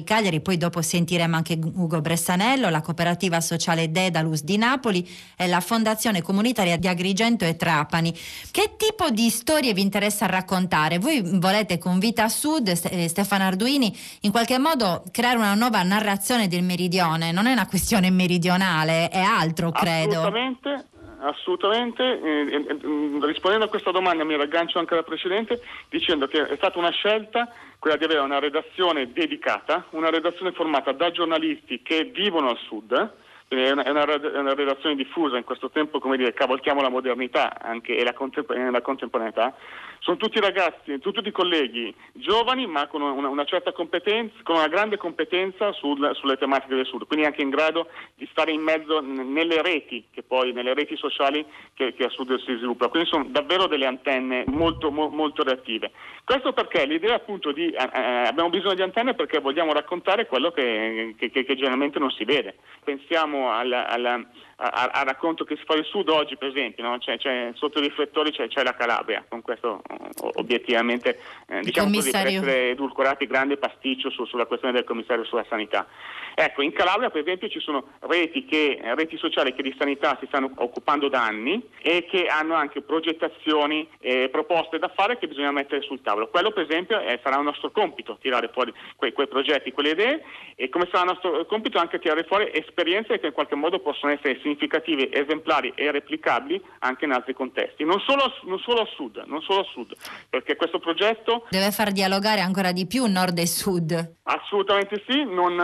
[SPEAKER 10] Cagliari, poi dopo sentiremo anche Ugo Bressanello, la cooperativa sociale Dedalus di Napoli e la fondazione comunitaria di Agrigento e Trapani. Che tipo di storie vi interessa raccontare? Voi volete con Vita Sud, Stefano Arduini, in qualche modo creare una nuova narrazione del meridione, non è una questione meridionale, è altro, credo.
[SPEAKER 11] Assolutamente. Rispondendo a questa domanda mi raggancio anche alla precedente dicendo che è stata una scelta quella di avere una redazione dedicata, una redazione formata da giornalisti che vivono al sud. È una redazione diffusa in questo tempo, come dire, cavalchiamo la modernità anche e la contemporaneità. Sono tutti ragazzi, tutti colleghi giovani, ma con una certa competenza, con una grande competenza sulle tematiche del sud, quindi anche in grado di stare in mezzo nelle reti sociali che a sud si sviluppano. Quindi sono davvero delle antenne molto reattive. Questo perché l'idea appunto abbiamo bisogno di antenne perché vogliamo raccontare quello che generalmente non si vede. Pensiamo al racconto che si fa al sud oggi, per esempio, no? c'è sotto i riflettori c'è la Calabria, con questo obiettivamente diciamo così, per essere edulcorati grande pasticcio sulla questione del commissario sulla sanità. Ecco, in Calabria per esempio ci sono reti sociali che di sanità si stanno occupando da anni e che hanno anche progettazioni e proposte da fare che bisogna mettere sul tavolo. Quello per esempio sarà un nostro compito, tirare fuori quei progetti, quelle idee, e come sarà il nostro compito anche tirare fuori esperienze che in qualche modo possono essere significative, esemplari e replicabili anche in altri contesti. Non solo a sud, perché questo progetto
[SPEAKER 10] deve far dialogare ancora di più nord e sud.
[SPEAKER 11] Assolutamente sì,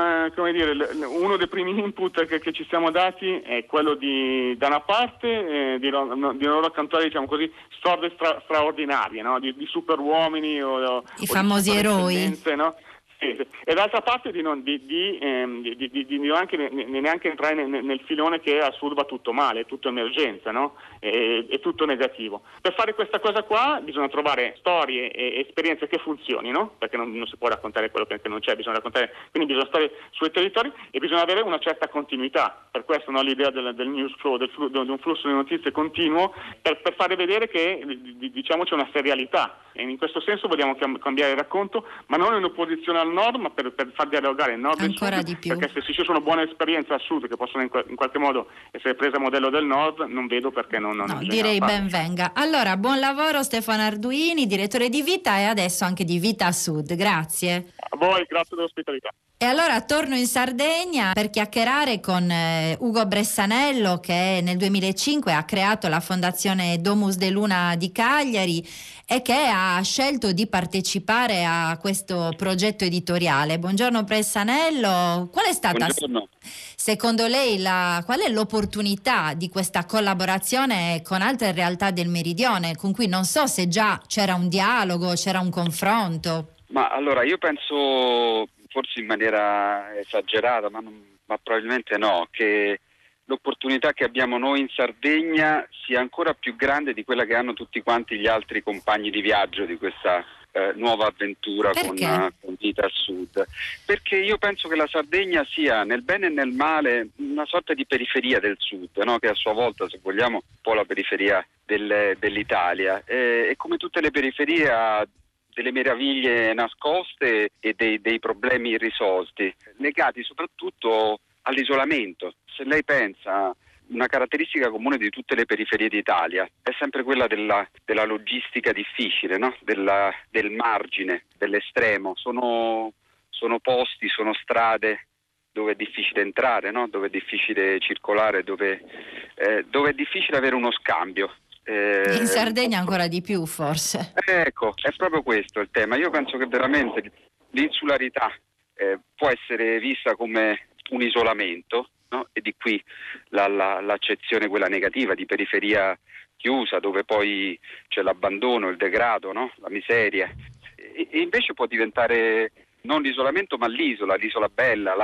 [SPEAKER 11] uno dei primi input che ci siamo dati è quello da una parte di non raccontare, diciamo così, storie straordinarie, no? di superuomini o
[SPEAKER 10] i famosi eroi,
[SPEAKER 11] no? E d'altra parte di neanche entrare nel filone che al sud va tutto male, è tutto emergenza, no? È tutto negativo. Per fare questa cosa qua bisogna trovare storie e esperienze che funzionino, no? Perché non si può raccontare quello che non c'è, bisogna bisogna stare sui territori e bisogna avere una certa continuità. Per questo l'idea del news flow, di un flusso di notizie continuo, per fare vedere che diciamo c'è una serialità. E in questo senso vogliamo cambiare il racconto, ma non in opposizione al nord, ma per far dialogare il nord e il sud, di più. Perché se ci sono buone esperienze al sud che possono in qualche modo essere prese a modello del nord, non vedo perché non
[SPEAKER 10] direi ben venga. Allora, buon lavoro Stefano Arduini, direttore di Vita e adesso anche di Vita Sud. Grazie.
[SPEAKER 11] A voi, grazie dell'ospitalità.
[SPEAKER 10] E allora torno in Sardegna per chiacchierare con Ugo Bressanello, che nel 2005 ha creato la fondazione Domus de Luna di Cagliari e che ha scelto di partecipare a questo progetto editoriale. Buongiorno Bressanello, qual è stata secondo lei qual è l'opportunità di questa collaborazione con altre realtà del Meridione, con cui non so se già c'era un dialogo, c'era un confronto?
[SPEAKER 12] Ma allora io penso, forse in maniera esagerata, ma probabilmente no, che l'opportunità che abbiamo noi in Sardegna sia ancora più grande di quella che hanno tutti quanti gli altri compagni di viaggio di questa nuova avventura con Vita al Sud. Perché io penso che la Sardegna sia nel bene e nel male una sorta di periferia del Sud, no? Che a sua volta, se vogliamo, un po' la periferia dell'Italia. E come tutte le periferie ha delle meraviglie nascoste e dei problemi irrisolti, legati soprattutto all'isolamento. Se lei pensa, una caratteristica comune di tutte le periferie d'Italia è sempre quella della logistica difficile, no? Del margine, dell'estremo. Sono posti, sono strade dove è difficile entrare, no? Dove è difficile circolare, dove è difficile avere uno scambio.
[SPEAKER 10] In Sardegna ancora di più, forse.
[SPEAKER 12] Ecco, è proprio questo il tema. Io penso che veramente l'insularità può essere vista come un isolamento, no? E di qui l'accezione quella negativa di periferia chiusa, dove poi c'è l'abbandono, il degrado, no? La miseria. E invece può diventare non l'isolamento ma l'isola bella,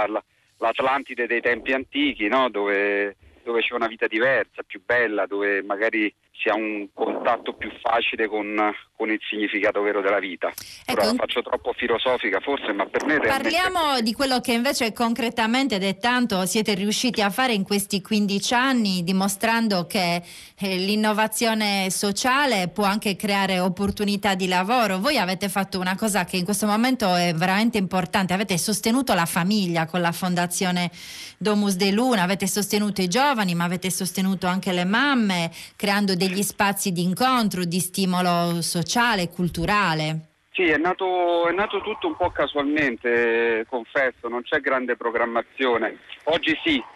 [SPEAKER 12] l'Atlantide dei tempi antichi, no? Dove c'è una vita diversa, più bella, dove magari si ha un contatto più facile con il significato vero della vita.
[SPEAKER 10] Ecco,
[SPEAKER 12] ora la faccio troppo filosofica forse, ma per me
[SPEAKER 10] parliamo di quello che invece concretamente ed è tanto siete riusciti a fare in questi 15 anni, dimostrando che l'innovazione sociale può anche creare opportunità di lavoro. Voi avete fatto una cosa che in questo momento è veramente importante, avete sostenuto la famiglia con la fondazione Domus de Luna, avete sostenuto i giovani, ma avete sostenuto anche le mamme, creando degli spazi di incontro, di stimolo sociale e culturale.
[SPEAKER 12] Sì, è nato tutto un po' casualmente, confesso, non c'è grande programmazione. Oggi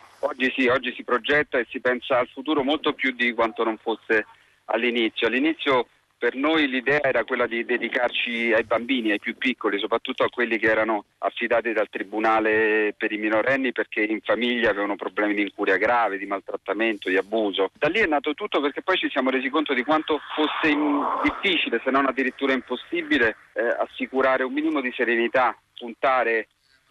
[SPEAKER 12] si progetta e si pensa al futuro molto più di quanto non fosse all'inizio. All'inizio per noi l'idea era quella di dedicarci ai bambini, ai più piccoli, soprattutto a quelli che erano affidati dal tribunale per i minorenni perché in famiglia avevano problemi di incuria grave, di maltrattamento, di abuso. Da lì è nato tutto perché poi ci siamo resi conto di quanto fosse difficile, se non addirittura impossibile, assicurare un minimo di serenità, puntare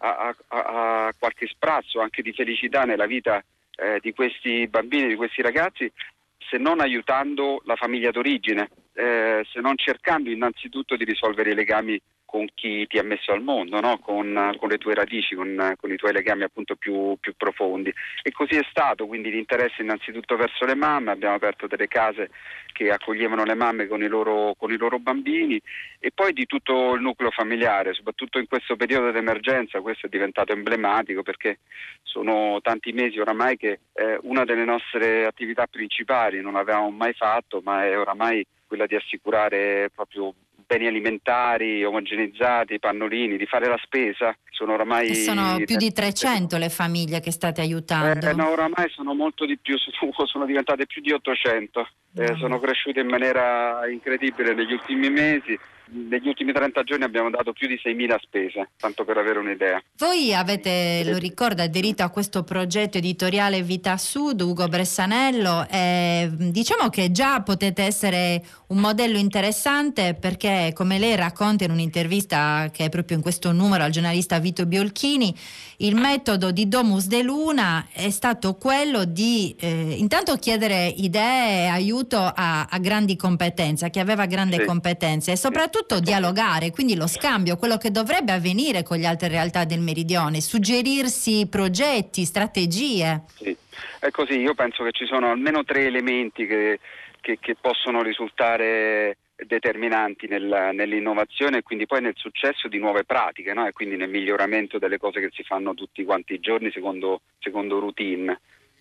[SPEAKER 12] a qualche sprazzo anche di felicità nella vita di questi bambini, di questi ragazzi, se non aiutando la famiglia d'origine, se non cercando innanzitutto di risolvere i legami con chi ti ha messo al mondo, no? con le tue radici, con i tuoi legami appunto più profondi. E così è stato, quindi l'interesse innanzitutto verso le mamme, abbiamo aperto delle case che accoglievano le mamme con i loro bambini, e poi di tutto il nucleo familiare, soprattutto in questo periodo d'emergenza. Questo è diventato emblematico perché sono tanti mesi oramai che una delle nostre attività principali non l'avevamo mai fatto, ma è oramai quella di assicurare proprio beni alimentari omogeneizzati, pannolini, di fare la spesa. Sono oramai
[SPEAKER 10] e sono più di 300 le famiglie che state aiutando.
[SPEAKER 12] No, oramai sono molto di più, sono diventate più di 800. Sono cresciute in maniera incredibile negli ultimi mesi. Negli ultimi 30 giorni abbiamo dato più di 6.000 spese, tanto per avere un'idea.
[SPEAKER 10] Voi avete, lo ricordo, aderito a questo progetto editoriale Vita Sud, Ugo Bressanello, e diciamo che già potete essere un modello interessante perché, come lei racconta in un'intervista che è proprio in questo numero al giornalista Vito Biolchini, il metodo di Domus de Luna è stato quello di intanto chiedere idee e aiuto a grandi competenze, a chi aveva grande competenze, e soprattutto dialogare, quindi lo scambio, quello che dovrebbe avvenire con le altre realtà del Meridione, suggerirsi progetti, strategie.
[SPEAKER 12] Sì, è così. Io penso che ci sono almeno 3 elementi che possono risultare determinanti nell'innovazione e quindi poi nel successo di nuove pratiche, no? E quindi nel miglioramento delle cose che si fanno tutti quanti i giorni secondo routine.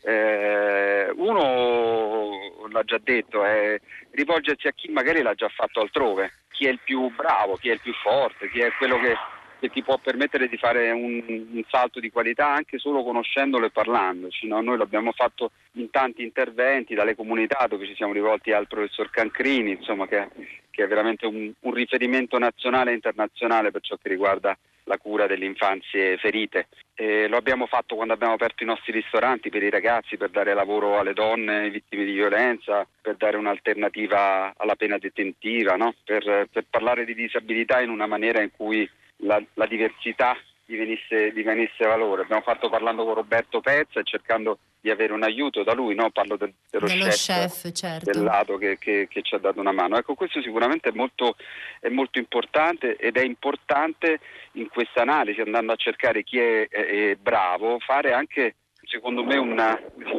[SPEAKER 12] Uno l'ha già detto, è rivolgersi a chi magari l'ha già fatto altrove, chi è il più bravo, chi è il più forte, chi è quello che ti può permettere di fare un salto di qualità anche solo conoscendolo e parlandoci, no? Noi l'abbiamo fatto in tanti interventi, dalle comunità dove ci siamo rivolti al professor Cancrini, insomma, che è veramente un riferimento nazionale e internazionale per ciò che riguarda la cura delle infanzie ferite. Lo abbiamo fatto quando abbiamo aperto i nostri ristoranti per i ragazzi, per dare lavoro alle donne vittime di violenza, per dare un'alternativa alla pena detentiva, no? Per parlare di disabilità in una maniera in cui la diversità divenisse valore. Abbiamo fatto parlando con Roberto Pezza e cercando di avere un aiuto da lui, no? Parlo dello chef,
[SPEAKER 10] certo,
[SPEAKER 12] del lato che ci ha dato una mano. Ecco, questo sicuramente è molto importante, ed è importante in questa analisi, andando a cercare chi è bravo, fare anche, secondo me, una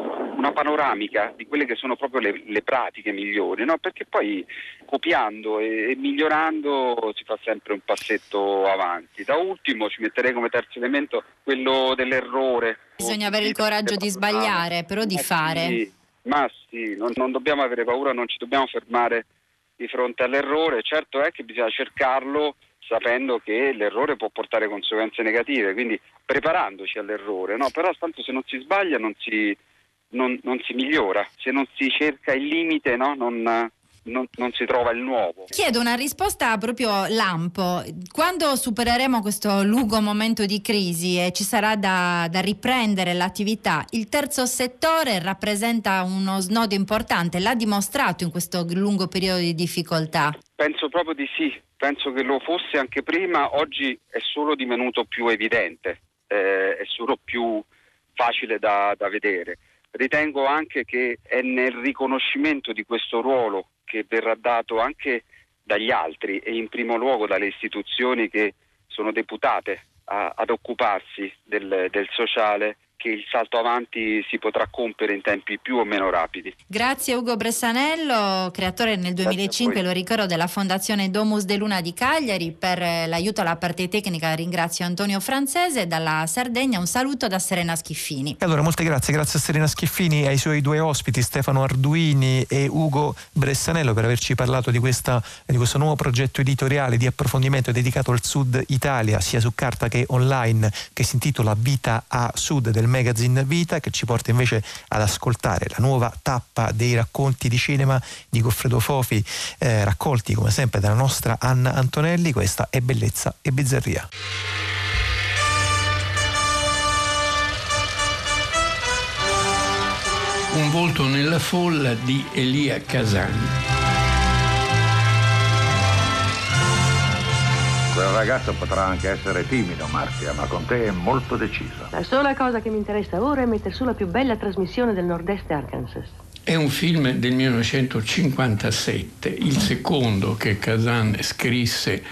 [SPEAKER 12] panoramica di quelle che sono proprio le pratiche migliori, no? Perché poi copiando e migliorando si fa sempre un passetto avanti. Da ultimo ci metterei come terzo elemento quello dell'errore.
[SPEAKER 10] Bisogna avere il coraggio di sbagliare, però di fare.
[SPEAKER 12] Ma sì, non dobbiamo avere paura, non ci dobbiamo fermare di fronte all'errore. Certo è che bisogna cercarlo sapendo che l'errore può portare conseguenze negative, quindi preparandoci all'errore, no? Però tanto se non si sbaglia non si migliora, se non si cerca il limite, no? Non si trova il nuovo.
[SPEAKER 10] Chiedo una risposta proprio lampo. Quando supereremo questo lungo momento di crisi e ci sarà da riprendere l'attività, il terzo settore rappresenta uno snodo importante, l'ha dimostrato in questo lungo periodo di difficoltà?
[SPEAKER 12] Penso proprio di sì, penso che lo fosse anche prima, oggi è solo divenuto più evidente, è solo più facile da vedere. ritengo anche che è nel riconoscimento di questo ruolo che verrà dato anche dagli altri e in primo luogo dalle istituzioni che sono deputate ad occuparsi del sociale, che il salto avanti si potrà compiere in tempi più o meno rapidi.
[SPEAKER 10] Grazie Ugo Bressanello, creatore nel 2005, lo ricordo, della Fondazione Domus de Luna di Cagliari. Per l'aiuto alla parte tecnica ringrazio Antonio Francese. Dalla Sardegna un saluto da Serena Schiffini.
[SPEAKER 1] Allora, molte grazie a Serena Schiffini e ai suoi due ospiti Stefano Arduini e Ugo Bressanello per averci parlato di questo nuovo progetto editoriale di approfondimento dedicato al Sud Italia, sia su carta che online, che si intitola Vita a Sud del magazine Vita, che ci porta invece ad ascoltare la nuova tappa dei racconti di cinema di Goffredo Fofi, raccolti come sempre dalla nostra Anna Antonelli. Questa è Bellezza e Bizzarria.
[SPEAKER 13] Un volto nella folla di Elia Kazan.
[SPEAKER 14] Quel ragazzo potrà anche essere timido, Marzia, ma con te è molto deciso.
[SPEAKER 15] La sola cosa che mi interessa ora è mettere su la più bella trasmissione del nord-est Arkansas.
[SPEAKER 13] È un film del 1957, il secondo che Kazan scrisse,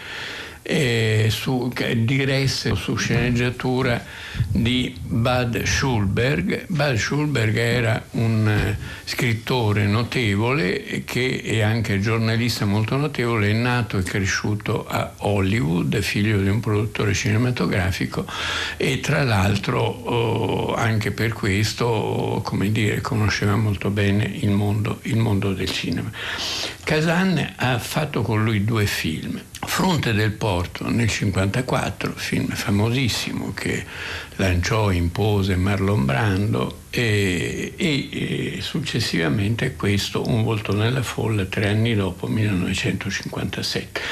[SPEAKER 13] diresse su sceneggiatura di Bud Schulberg. Bud Schulberg era un scrittore notevole che è anche giornalista molto notevole, è nato e cresciuto a Hollywood, figlio di un produttore cinematografico e tra l'altro anche per questo, come dire, conosceva molto bene il mondo del cinema. Kazan ha fatto con lui due film. Fronte del Porto nel 1954, film famosissimo che lanciò e impose Marlon Brando, e successivamente questo, Un volto nella folla, 3 anni dopo, 1957.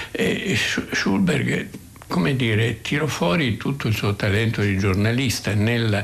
[SPEAKER 13] Schulberg, come dire, tirò fuori tutto il suo talento di giornalista nella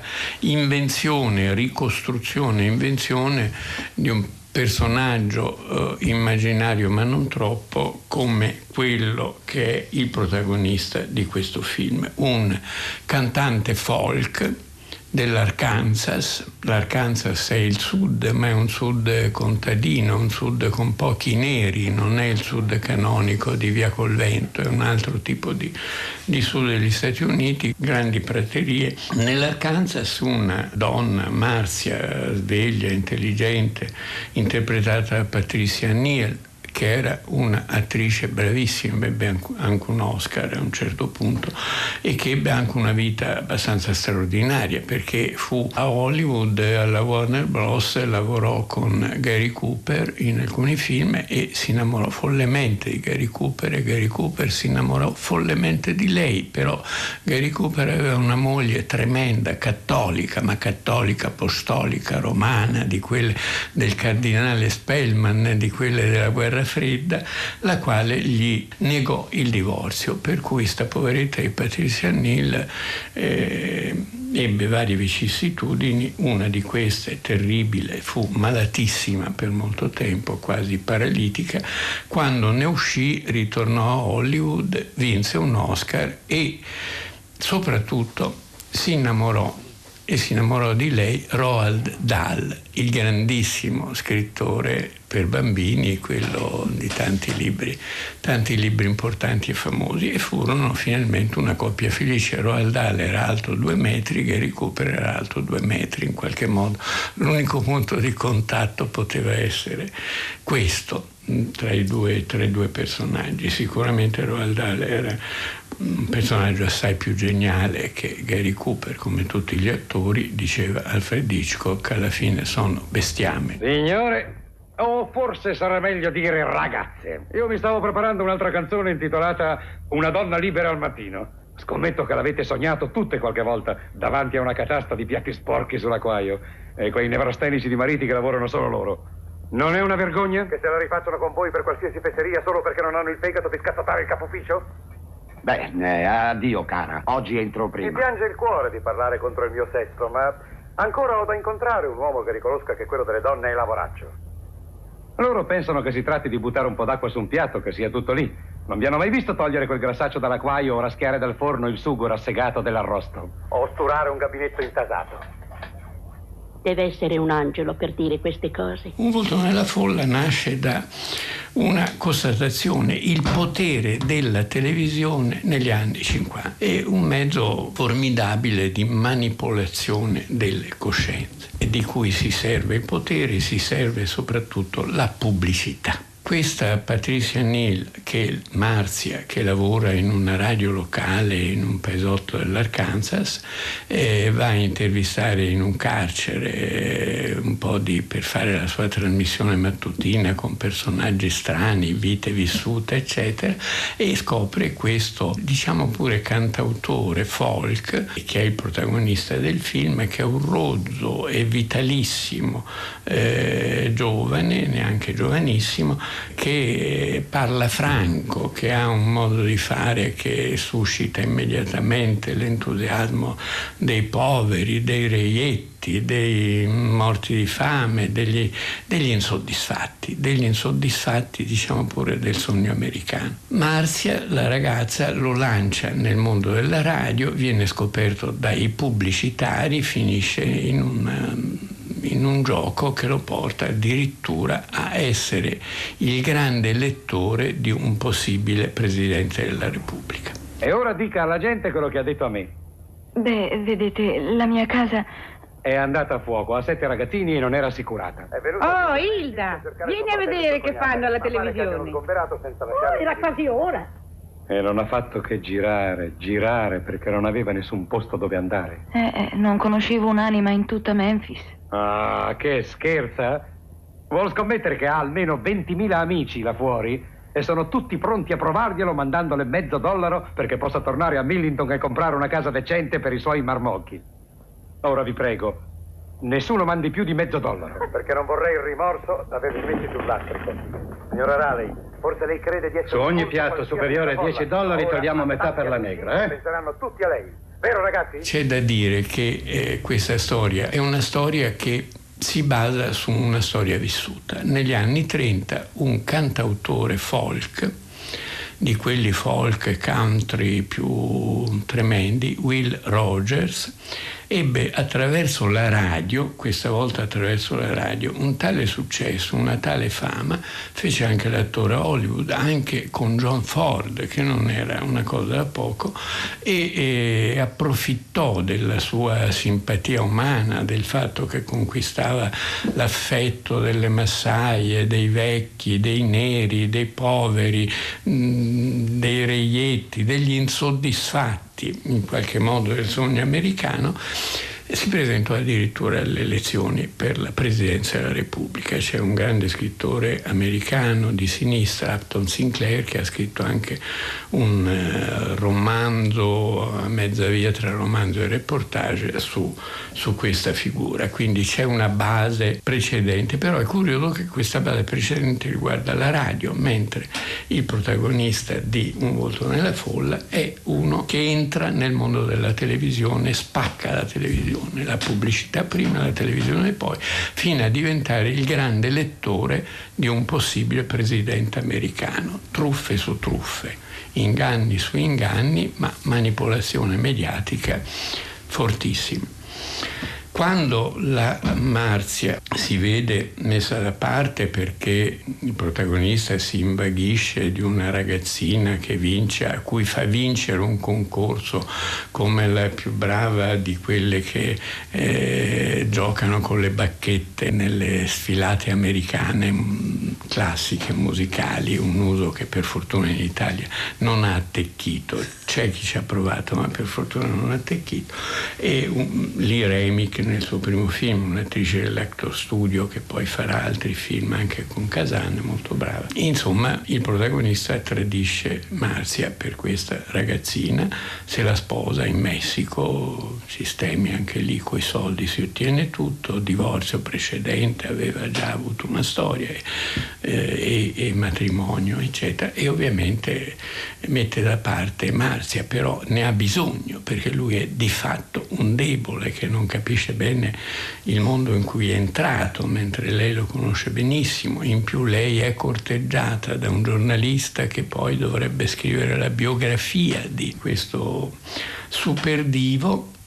[SPEAKER 13] ricostruzione di un personaggio immaginario, ma non troppo, come quello che è il protagonista di questo film, un cantante folk dell'Arkansas. L'Arkansas è il sud, ma è un sud contadino, un sud con pochi neri, non è il sud canonico di Via col Vento, è un altro tipo di sud degli Stati Uniti, grandi praterie. Nell'Arkansas una donna, Marzia, sveglia, intelligente, interpretata da Patricia Neal, che era un'attrice bravissima, ebbe anche un Oscar a un certo punto e che ebbe anche una vita abbastanza straordinaria, perché fu a Hollywood, alla Warner Bros., lavorò con Gary Cooper in alcuni film e si innamorò follemente di Gary Cooper e Gary Cooper si innamorò follemente di lei. Però Gary Cooper aveva una moglie tremenda, cattolica, ma cattolica apostolica romana, di quelle del cardinale Spellman, di quelle della guerra fredda, la quale gli negò il divorzio, per cui sta poveretta di Patricia Neal ebbe varie vicissitudini. Una di queste, terribile, fu malatissima per molto tempo, quasi paralitica. Quando ne uscì ritornò a Hollywood, vinse un Oscar e soprattutto si innamorò di lei Roald Dahl, il grandissimo scrittore per bambini, quello di tanti libri importanti e famosi, e furono finalmente una coppia felice. Roald Dahl era alto 2 metri, Gary Cooper era alto 2 metri, in qualche modo l'unico punto di contatto poteva essere questo tra i due personaggi. Sicuramente Roald Dahl era un personaggio assai più geniale che Gary Cooper, come tutti gli attori, diceva Alfred Hitchcock, alla fine sono bestiame.
[SPEAKER 16] Signore, o forse sarà meglio dire ragazze. Io mi stavo preparando un'altra canzone intitolata Una donna libera al mattino. Scommetto che l'avete sognato tutte qualche volta davanti a una catasta di piatti sporchi sull'acquaio e quei nevrastenici di mariti che lavorano solo loro. Non è una vergogna che se la rifacciano con voi per qualsiasi fesseria solo perché non hanno il fegato di scazzotare il capo ufficio?
[SPEAKER 14] Beh, addio cara, oggi entro prima.
[SPEAKER 16] Mi piange il cuore di parlare contro il mio sesso, ma ancora ho da incontrare un uomo che riconosca che quello delle donne è lavoraccio. Loro pensano che si tratti di buttare un po' d'acqua su un piatto, che sia tutto lì. Non vi hanno mai visto togliere quel grassaccio dall'acquaio o raschiare dal forno il sugo rassegato dell'arrosto? O sturare un gabinetto intasato?
[SPEAKER 15] Deve essere un angelo per dire queste cose.
[SPEAKER 13] Un volto nella folla nasce da una constatazione: il potere della televisione negli anni 50 è un mezzo formidabile di manipolazione delle coscienze, e di cui si serve il potere, si serve soprattutto la pubblicità. Questa Patricia Neal, Marzia, che lavora in una radio locale in un paesotto dell'Arkansas, va a intervistare in un carcere per fare la sua trasmissione mattutina con personaggi strani, vite vissute, eccetera, e scopre questo, diciamo pure cantautore folk, che è il protagonista del film, che è un rozzo e vitalissimo giovane, neanche giovanissimo, che parla franco, che ha un modo di fare che suscita immediatamente l'entusiasmo dei poveri, dei reietti, dei morti di fame, degli insoddisfatti, diciamo pure del sogno americano. Marzia, la ragazza, lo lancia nel mondo della radio, viene scoperto dai pubblicitari, finisce in un gioco che lo porta addirittura a essere il grande lettore di un possibile Presidente della Repubblica.
[SPEAKER 16] E ora dica alla gente quello che ha detto a me.
[SPEAKER 17] Beh, vedete, la mia casa
[SPEAKER 16] è andata a fuoco, ha 7 ragazzini e non era assicurata.
[SPEAKER 17] Oh, Hilda, vieni a vedere che fanno alla televisione. Era quasi ora.
[SPEAKER 16] E non ha fatto che girare, perché non aveva nessun posto dove andare.
[SPEAKER 17] Non conoscevo un'anima in tutta Memphis.
[SPEAKER 16] Ah, che scherza? Vuol scommettere che ha almeno 20.000 amici là fuori e sono tutti pronti a provarglielo mandandole $50 perché possa tornare a Millington e comprare una casa decente per i suoi marmocchi. Ora vi prego, nessuno mandi più di $50. Perché non vorrei il rimorso d'averli messi sul lastrico. Signora Raleigh, forse lei crede di essere...
[SPEAKER 18] Su ogni piatto superiore a $10 togliamo metà per la negra,
[SPEAKER 16] Penseranno tutti a lei. Vero, ragazzi?
[SPEAKER 13] C'è da dire che questa storia è una storia che si basa su una storia vissuta. Negli anni 30 un cantautore folk, di quelli folk country più tremendi, Will Rogers, ebbe attraverso la radio, questa volta attraverso la radio, un tale successo, una tale fama, fece anche l'attore a Hollywood, anche con John Ford, che non era una cosa da poco, e approfittò della sua simpatia umana, del fatto che conquistava l'affetto delle massaie, dei vecchi, dei neri, dei poveri, dei reietti, degli insoddisfatti, in qualche modo del sogno americano. Si presentò addirittura alle elezioni per la presidenza della Repubblica. C'è un grande scrittore americano di sinistra, Upton Sinclair, che ha scritto anche un romanzo a mezza via tra romanzo e reportage su questa figura. Quindi c'è una base precedente, però è curioso che questa base precedente riguarda la radio, mentre il protagonista di Un volto nella folla è uno che entra nel mondo della televisione, spacca la televisione, la pubblicità prima, la televisione poi, fino a diventare il grande lettore di un possibile presidente americano. Truffe su truffe, inganni su inganni, ma manipolazione mediatica fortissima. Quando la Marzia si vede messa da parte perché il protagonista si invaghisce di una ragazzina che a cui fa vincere un concorso come la più brava di quelle che giocano con le bacchette nelle sfilate americane classiche musicali, un uso che per fortuna in Italia non ha attecchito. C'è chi ci ha provato, ma per fortuna non ha attecchito. E Lee Remick nel suo primo film, un'attrice dell'Actor Studio che poi farà altri film anche con Kazan, molto brava. Insomma, il protagonista tradisce Marzia per questa ragazzina, se la sposa in Messico, sistemi anche lì coi soldi, si ottiene tutto, divorzio precedente, aveva già avuto una storia e matrimonio, eccetera, e ovviamente mette da parte Marzia, però ne ha bisogno perché lui è di fatto un debole che non capisce bene il mondo in cui è entrato, mentre lei lo conosce benissimo. In più lei è corteggiata da un giornalista che poi dovrebbe scrivere la biografia di questo super divo,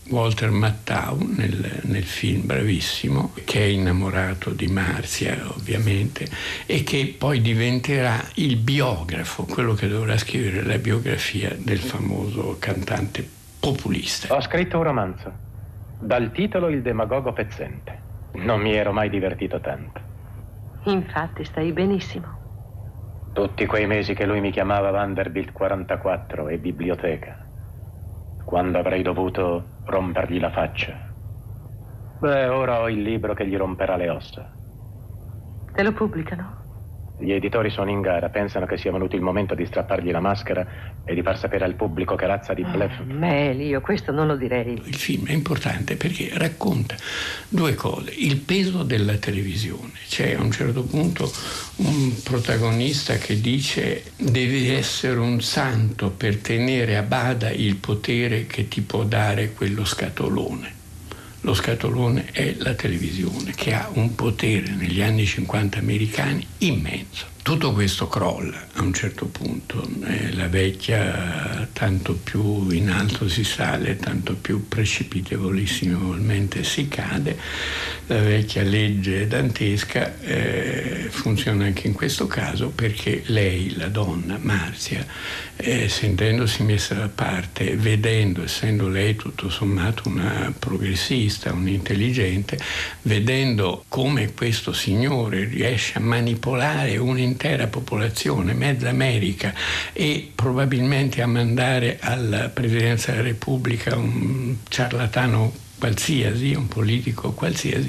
[SPEAKER 13] Walter Matthau nel film, bravissimo, che è innamorato di Marzia ovviamente, e che poi diventerà il biografo, quello che dovrà scrivere la biografia del famoso cantante populista.
[SPEAKER 18] Ho scritto un romanzo dal titolo Il demagogo pezzente. Non mi ero mai divertito tanto.
[SPEAKER 15] Infatti stai benissimo.
[SPEAKER 18] Tutti quei mesi che lui mi chiamava Vanderbilt 44 e biblioteca, quando avrei dovuto rompergli la faccia. Beh, ora ho il libro che gli romperà le ossa.
[SPEAKER 15] Te lo pubblicano?
[SPEAKER 18] Gli editori sono in gara, pensano che sia venuto il momento di strappargli la maschera e di far sapere al pubblico che razza di bluff.
[SPEAKER 15] Meli, io questo non lo direi.
[SPEAKER 13] Il film è importante perché racconta due cose: il peso della televisione. C'è a un certo punto un protagonista che dice: devi essere un santo per tenere a bada il potere che ti può dare quello scatolone. Lo scatolone è la televisione, che ha un potere negli anni 50 americani immenso. Tutto questo crolla a un certo punto, la vecchia tanto più in alto si sale, tanto più precipitevolissimalmente si cade. La vecchia legge dantesca funziona anche in questo caso, perché lei, la donna, Marzia, sentendosi messa da parte, vedendo, essendo lei tutto sommato una progressista, un'intelligente, vedendo come questo signore riesce a manipolare un'intera popolazione, mezza America, e probabilmente a mandare alla Presidenza della Repubblica un ciarlatano qualsiasi, un politico qualsiasi,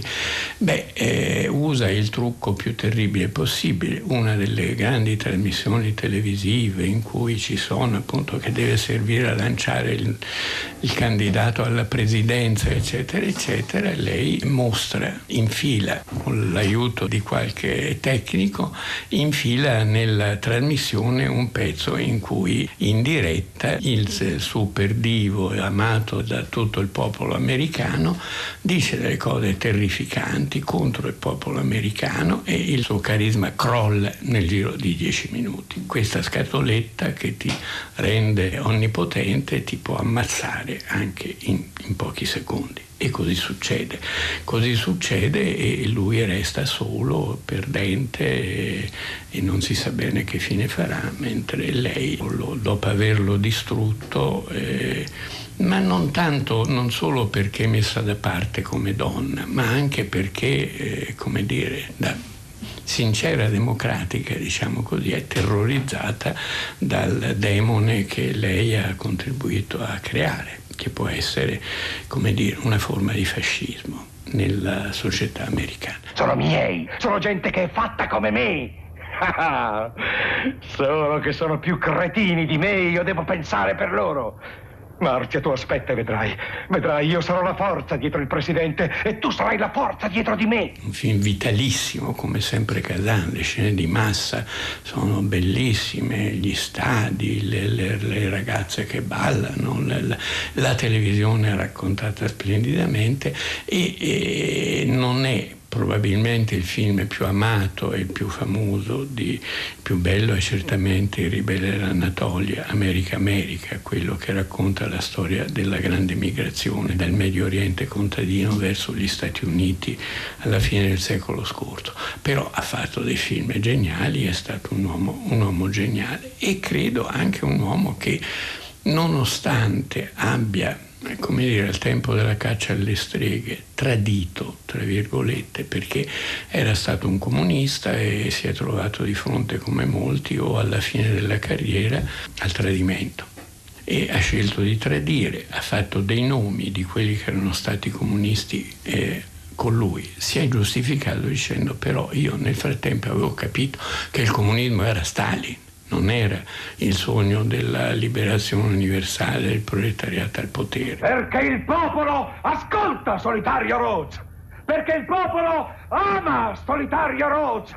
[SPEAKER 13] usa il trucco più terribile possibile. Una delle grandi trasmissioni televisive in cui ci sono, appunto, che deve servire a lanciare il candidato alla presidenza, eccetera, eccetera, lei mostra, infila, con l'aiuto di qualche tecnico, infila nella trasmissione un pezzo in cui in diretta il super divo amato da tutto il popolo americano dice delle cose terrificanti contro il popolo americano e il suo carisma crolla nel giro di 10 minuti. Questa scatoletta che ti rende onnipotente ti può ammazzare anche in pochi secondi. E così succede e lui resta solo, perdente, e non si sa bene che fine farà, mentre lei, dopo averlo distrutto, ma non solo perché è messa da parte come donna, ma anche perché, da sincera democratica, diciamo così, è terrorizzata dal demone che lei ha contribuito a creare, che può essere, una forma di fascismo nella società americana.
[SPEAKER 16] Sono miei, sono gente che è fatta come me. Solo che sono più cretini di me, io devo pensare per loro. Marzia, tu aspetta e vedrai, io sarò la forza dietro il presidente e tu sarai la forza dietro di me.
[SPEAKER 13] Un film vitalissimo, come sempre Kazan, le scene di massa sono bellissime, gli stadi, le ragazze che ballano, la televisione è raccontata splendidamente e non è probabilmente il film più amato e il più famoso, più bello è certamente Il ribelle dell'Anatolia, America, quello che racconta la storia della grande migrazione dal Medio Oriente contadino verso gli Stati Uniti alla fine del secolo scorso. Però ha fatto dei film geniali, è stato un uomo geniale, e credo anche un uomo che, nonostante abbia, al tempo della caccia alle streghe, tradito, tra virgolette, perché era stato un comunista e si è trovato di fronte, come molti, o alla fine della carriera, al tradimento. E ha scelto di tradire, ha fatto dei nomi di quelli che erano stati comunisti con lui. Si è giustificato dicendo: però io nel frattempo avevo capito che il comunismo era Stalin, non era il sogno della liberazione universale del proletariato al potere.
[SPEAKER 16] Perché il popolo ascolta Solitario Rhodes, perché il popolo ama Solitario Rhodes.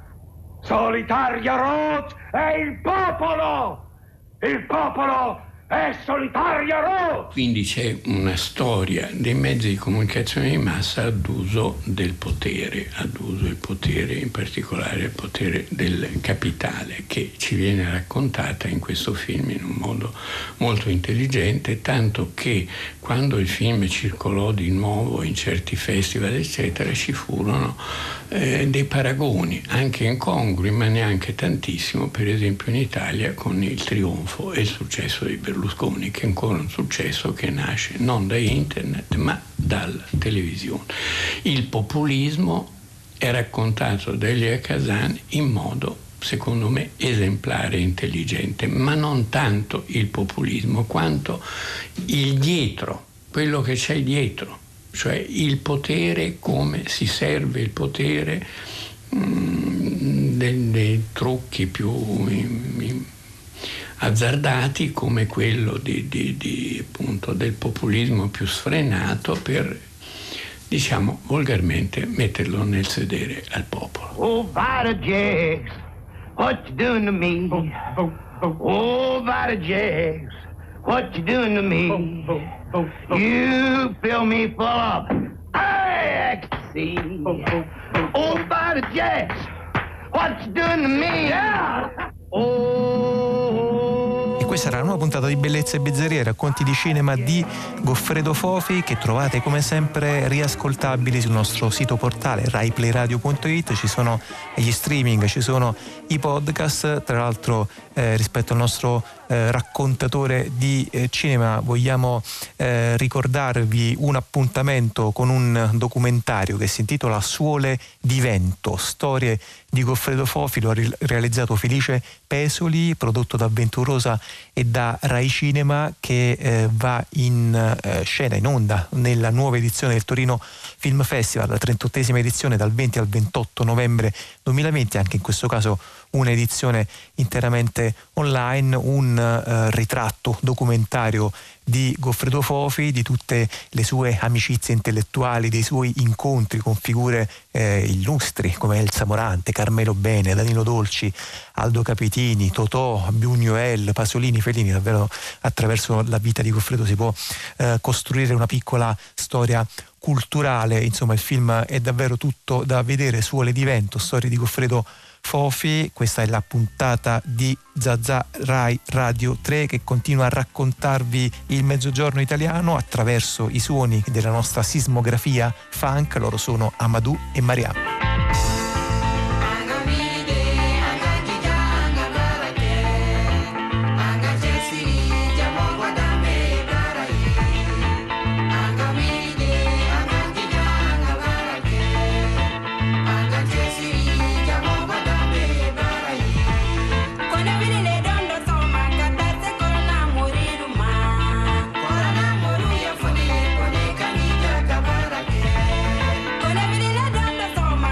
[SPEAKER 16] Solitario Rhodes è il popolo è solitario!
[SPEAKER 13] Quindi c'è una storia dei mezzi di comunicazione di massa ad uso del potere, in particolare il potere del capitale, che ci viene raccontata in questo film in un modo molto intelligente, tanto che quando il film circolò di nuovo in certi festival eccetera ci furono dei paragoni anche incongrui, ma neanche tantissimo, per esempio in Italia con il trionfo e il successo di Berlusconi, che è ancora un successo che nasce non da internet ma dalla televisione. Il populismo è raccontato da Elia Kazan in modo, secondo me, esemplare e intelligente, ma non tanto il populismo quanto il dietro, quello che c'è dietro, cioè il potere, come si serve il potere, dei trucchi più azzardati come quello appunto del populismo più sfrenato per, diciamo volgarmente, metterlo nel sedere al popolo.
[SPEAKER 19] Oh, Vida Jakes, what you doing to me? Oh, Vida Jakes, what you doing to me? You fill me full of ecstasy. Oh, Vida Jakes, what you doing to me? Yeah.
[SPEAKER 1] E questa era la nuova puntata di Bellezza e Bizzeria, racconti di cinema di Goffredo Fofi, che trovate come sempre riascoltabili sul nostro sito portale raiplayradio.it. Ci sono gli streaming, ci sono i podcast. Tra l'altro rispetto al nostro raccontatore di cinema vogliamo ricordarvi un appuntamento con un documentario che si intitola Suole di vento, storie di Goffredo Fofi. Lo ha realizzato Felice Pesoli, prodotto da Venturosa e da Rai Cinema, che va in scena, in onda, nella nuova edizione del Torino Film Festival, la 38esima edizione, dal 20 al 28 novembre 2020, anche in questo caso un'edizione interamente online, un ritratto documentario di Goffredo Fofi, di tutte le sue amicizie intellettuali, dei suoi incontri con figure illustri come Elsa Morante, Carmelo Bene, Danilo Dolci, Aldo Capitini, Totò, Buñuel, Pasolini, Fellini. Davvero attraverso la vita di Goffredo si può costruire una piccola storia culturale. Insomma, il film è davvero tutto da vedere. Suole di vento, storie di Goffredo Fofi. Questa è la puntata di Zazà Rai Radio 3 che continua a raccontarvi il mezzogiorno italiano attraverso i suoni della nostra sismografia funk. Loro sono Amadou e Mariam.
[SPEAKER 20] Toma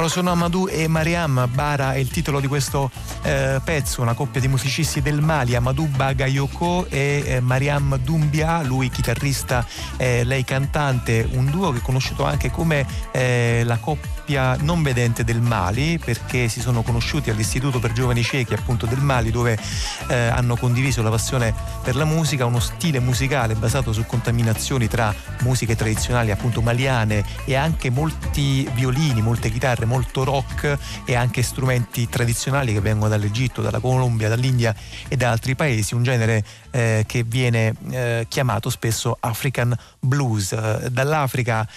[SPEAKER 1] Loro sono Amadou e Mariam. Bara è il titolo di questo pezzo, una coppia di musicisti del Mali, Amadou Bagayoko e Mariam Doumbia, lui chitarrista, lei cantante, un duo che è conosciuto anche come la coppia non vedente del Mali, perché si sono conosciuti all'Istituto per Giovani Ciechi appunto del Mali, dove hanno condiviso la passione per la musica, uno stile musicale basato su contaminazioni tra musiche tradizionali appunto maliane e anche molti violini, molte chitarre, molto rock e anche strumenti tradizionali che vengono dall'Egitto, dalla Colombia, dall'India e da altri paesi, un genere che viene chiamato spesso African Blues. Dall'Africa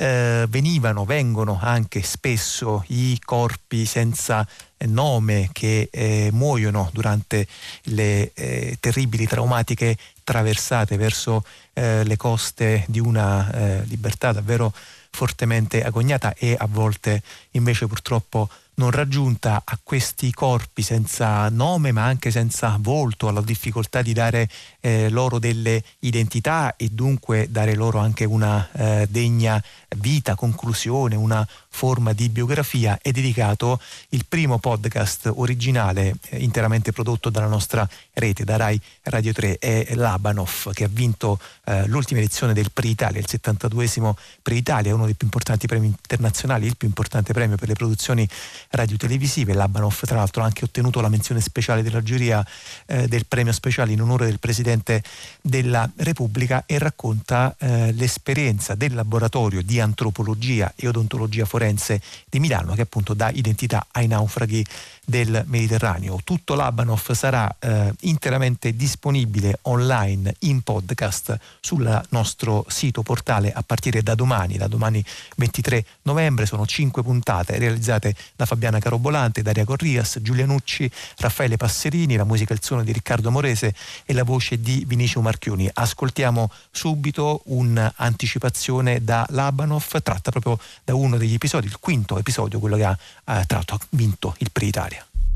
[SPEAKER 1] vengono anche spesso i corpi senza nome che muoiono durante le terribili, traumatiche traversate verso le coste di una libertà davvero fortemente agognata e a volte invece purtroppo non raggiunta. A questi corpi senza nome ma anche senza volto, alla difficoltà di dare loro delle identità e dunque dare loro anche una degna vita, conclusione, una forma di biografia, è dedicato il primo podcast originale interamente prodotto dalla nostra rete, da Rai Radio 3, è Labanov, che ha vinto l'ultima edizione del Pre Italia, il 72esimo Pre Italia, uno dei più importanti premi internazionali, il più importante premio per le produzioni radiotelevisive. Labanov tra l'altro ha anche ottenuto la menzione speciale della giuria del premio speciale in onore del Presidente della Repubblica e racconta l'esperienza del laboratorio di antropologia e odontologia forense di Milano, che appunto dà identità ai naufraghi del Mediterraneo. Tutto Labanov sarà interamente disponibile online in podcast sul nostro sito portale a partire da domani 23 novembre. Sono 5 puntate realizzate da Fabiana Carobolante, Daria Corrias, Giulia Nucci, Raffaele Passerini, la musica e il suono di Riccardo Morese e la voce di Vinicio Marchioni. Ascoltiamo subito un'anticipazione da Labanov tratta proprio da uno degli episodi, il quinto episodio, quello che ha tra l'altro vinto il Pre Italia.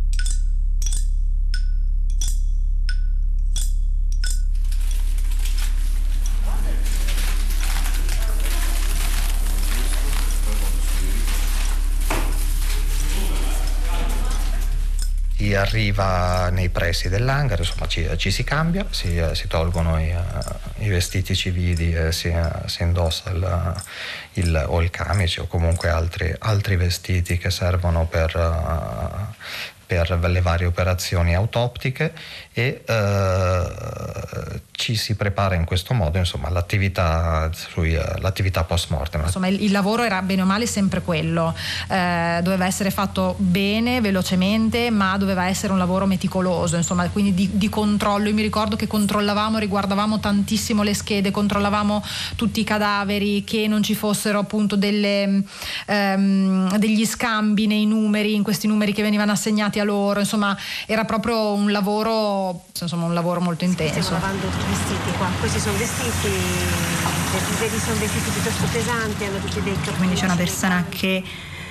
[SPEAKER 20] Si arriva nei pressi dell'hangar, insomma ci si cambia, si tolgono i vestiti civili, si indossa il camice o comunque altri vestiti che servono per le varie operazioni autoptiche e ci si prepara in questo modo, insomma, l'attività post mortem.
[SPEAKER 21] Insomma, il lavoro era bene o male sempre quello, doveva essere fatto bene, velocemente, ma doveva essere un lavoro meticoloso, insomma, quindi di controllo. Io mi ricordo che riguardavamo tantissimo le schede, controllavamo tutti i cadaveri, che non ci fossero appunto degli scambi nei numeri, in questi numeri che venivano assegnati a loro, insomma era proprio un lavoro molto intenso.
[SPEAKER 17] Stiamo lavando tutti i vestiti qua, questi sono vestiti, vedi, sono vestiti piuttosto pesanti, hanno tutti dei cappelli.
[SPEAKER 22] Quindi c'è una persona che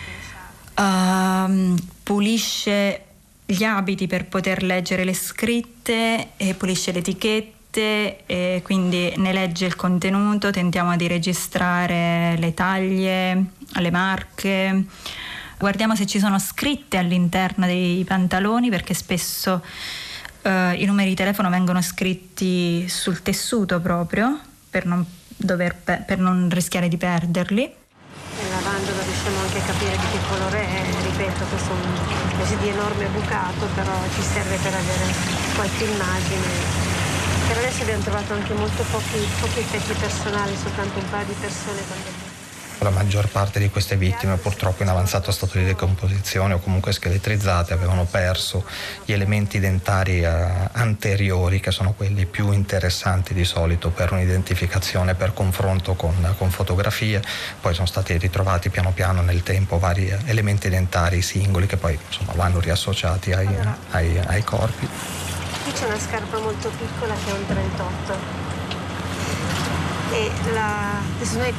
[SPEAKER 22] pulisce gli abiti per poter leggere le scritte e pulisce le etichette e quindi ne legge il contenuto. Tentiamo di registrare le taglie, le marche. Guardiamo se ci sono scritte all'interno dei pantaloni, perché spesso i numeri di telefono vengono scritti sul tessuto proprio per non rischiare di perderli.
[SPEAKER 17] Nel lavandolo riusciamo anche a capire di che colore è, ripeto, questo è una specie di enorme bucato, però ci serve per avere qualche immagine. Per adesso abbiamo trovato anche molto pochi effetti personali, soltanto un paio di persone.
[SPEAKER 20] La maggior parte di queste vittime, purtroppo in avanzato stato di decomposizione o comunque scheletrizzate, avevano perso gli elementi dentari anteriori, che sono quelli più interessanti di solito per un'identificazione, per confronto con fotografie. Poi sono stati ritrovati piano piano nel tempo vari elementi dentari singoli che poi insomma vanno riassociati ai corpi.
[SPEAKER 17] Qui c'è una scarpa molto piccola che è un 38 e adesso noi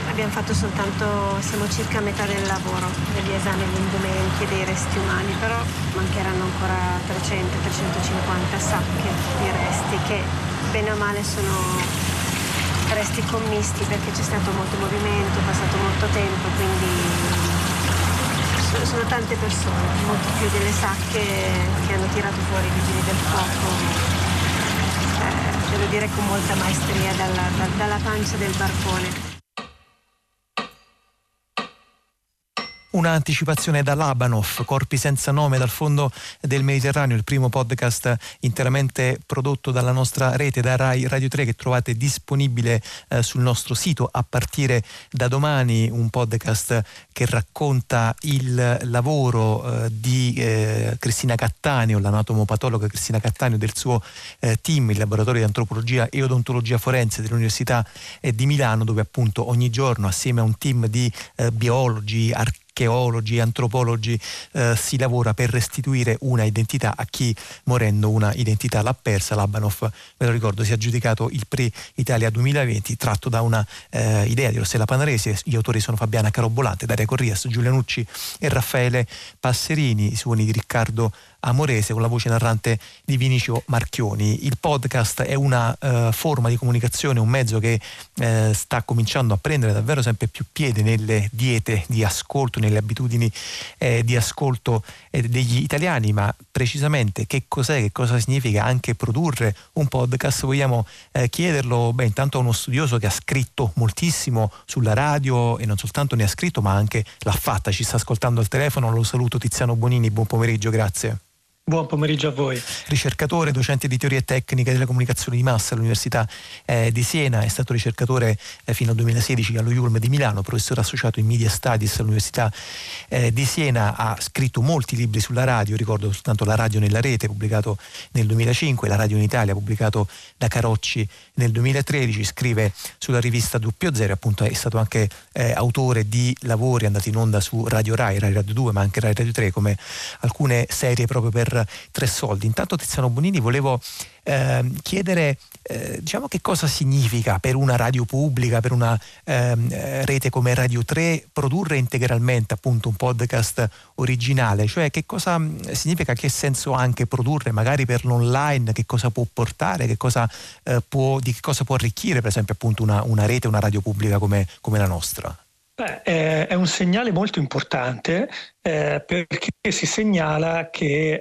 [SPEAKER 17] siamo circa a metà del lavoro, degli esami degli indumenti e dei resti umani, però mancheranno ancora 300-350 sacche di resti che bene o male sono resti commisti, perché c'è stato molto movimento, è passato molto tempo, quindi sono tante persone, molto più delle sacche che hanno tirato fuori i vigili del fuoco, devo dire con molta maestria dalla pancia del barcone.
[SPEAKER 1] Un'anticipazione da Labanov, Corpi senza nome dal fondo del Mediterraneo, il primo podcast interamente prodotto dalla nostra rete, da Rai Radio 3, che trovate disponibile sul nostro sito a partire da domani. Un podcast che racconta il lavoro di Cristina Cattaneo, l'anatomopatologa Cristina Cattaneo, del suo team, il laboratorio di antropologia e odontologia forense dell'Università di Milano, dove appunto ogni giorno, assieme a un team di biologi, archeologi, antropologi, si lavora per restituire una identità a chi, morendo, una identità l'ha persa. Labanov, ve lo ricordo, si è aggiudicato il Pre Italia 2020, tratto da una idea di Rossella Panaresi. Gli autori sono Fabiana Carobolante, Daria Corrias, Giulia Nucci e Raffaele Passerini, i suoni di Riccardo Amorese, con la voce narrante di Vinicio Marchioni. Il podcast è una forma di comunicazione, un mezzo che sta cominciando a prendere davvero sempre più piede nelle diete di ascolto, nelle abitudini di ascolto degli italiani. Ma precisamente che cos'è, che cosa significa anche produrre un podcast? Vogliamo chiederlo intanto a uno studioso che ha scritto moltissimo sulla radio, e non soltanto ne ha scritto ma anche l'ha fatta. Ci sta ascoltando al telefono, lo saluto. Tiziano Bonini, buon pomeriggio, grazie.
[SPEAKER 2] Buon pomeriggio a voi.
[SPEAKER 1] Ricercatore, docente di teoria tecnica delle comunicazioni di massa all'Università di Siena, è stato ricercatore fino al 2016 allo IULM di Milano, professore associato in Media Studies all'Università di Siena, ha scritto molti libri sulla radio, ricordo soltanto La radio nella rete, pubblicato nel 2005, La radio in Italia, pubblicato da Carocci nel 2013, scrive sulla rivista W0, appunto è stato anche autore di lavori andati in onda su Radio Rai, Rai Radio 2, ma anche Rai Radio 3, come alcune serie proprio per 3 soldi. Intanto, Tiziano Bonini, volevo chiedere che cosa significa per una radio pubblica, per una rete come Radio 3, produrre integralmente appunto un podcast originale, cioè che cosa significa, che senso ha anche produrre magari per l'online, che cosa può portare, di che cosa può arricchire per esempio appunto una rete, una radio pubblica come la nostra?
[SPEAKER 2] È un segnale molto importante perché si segnala che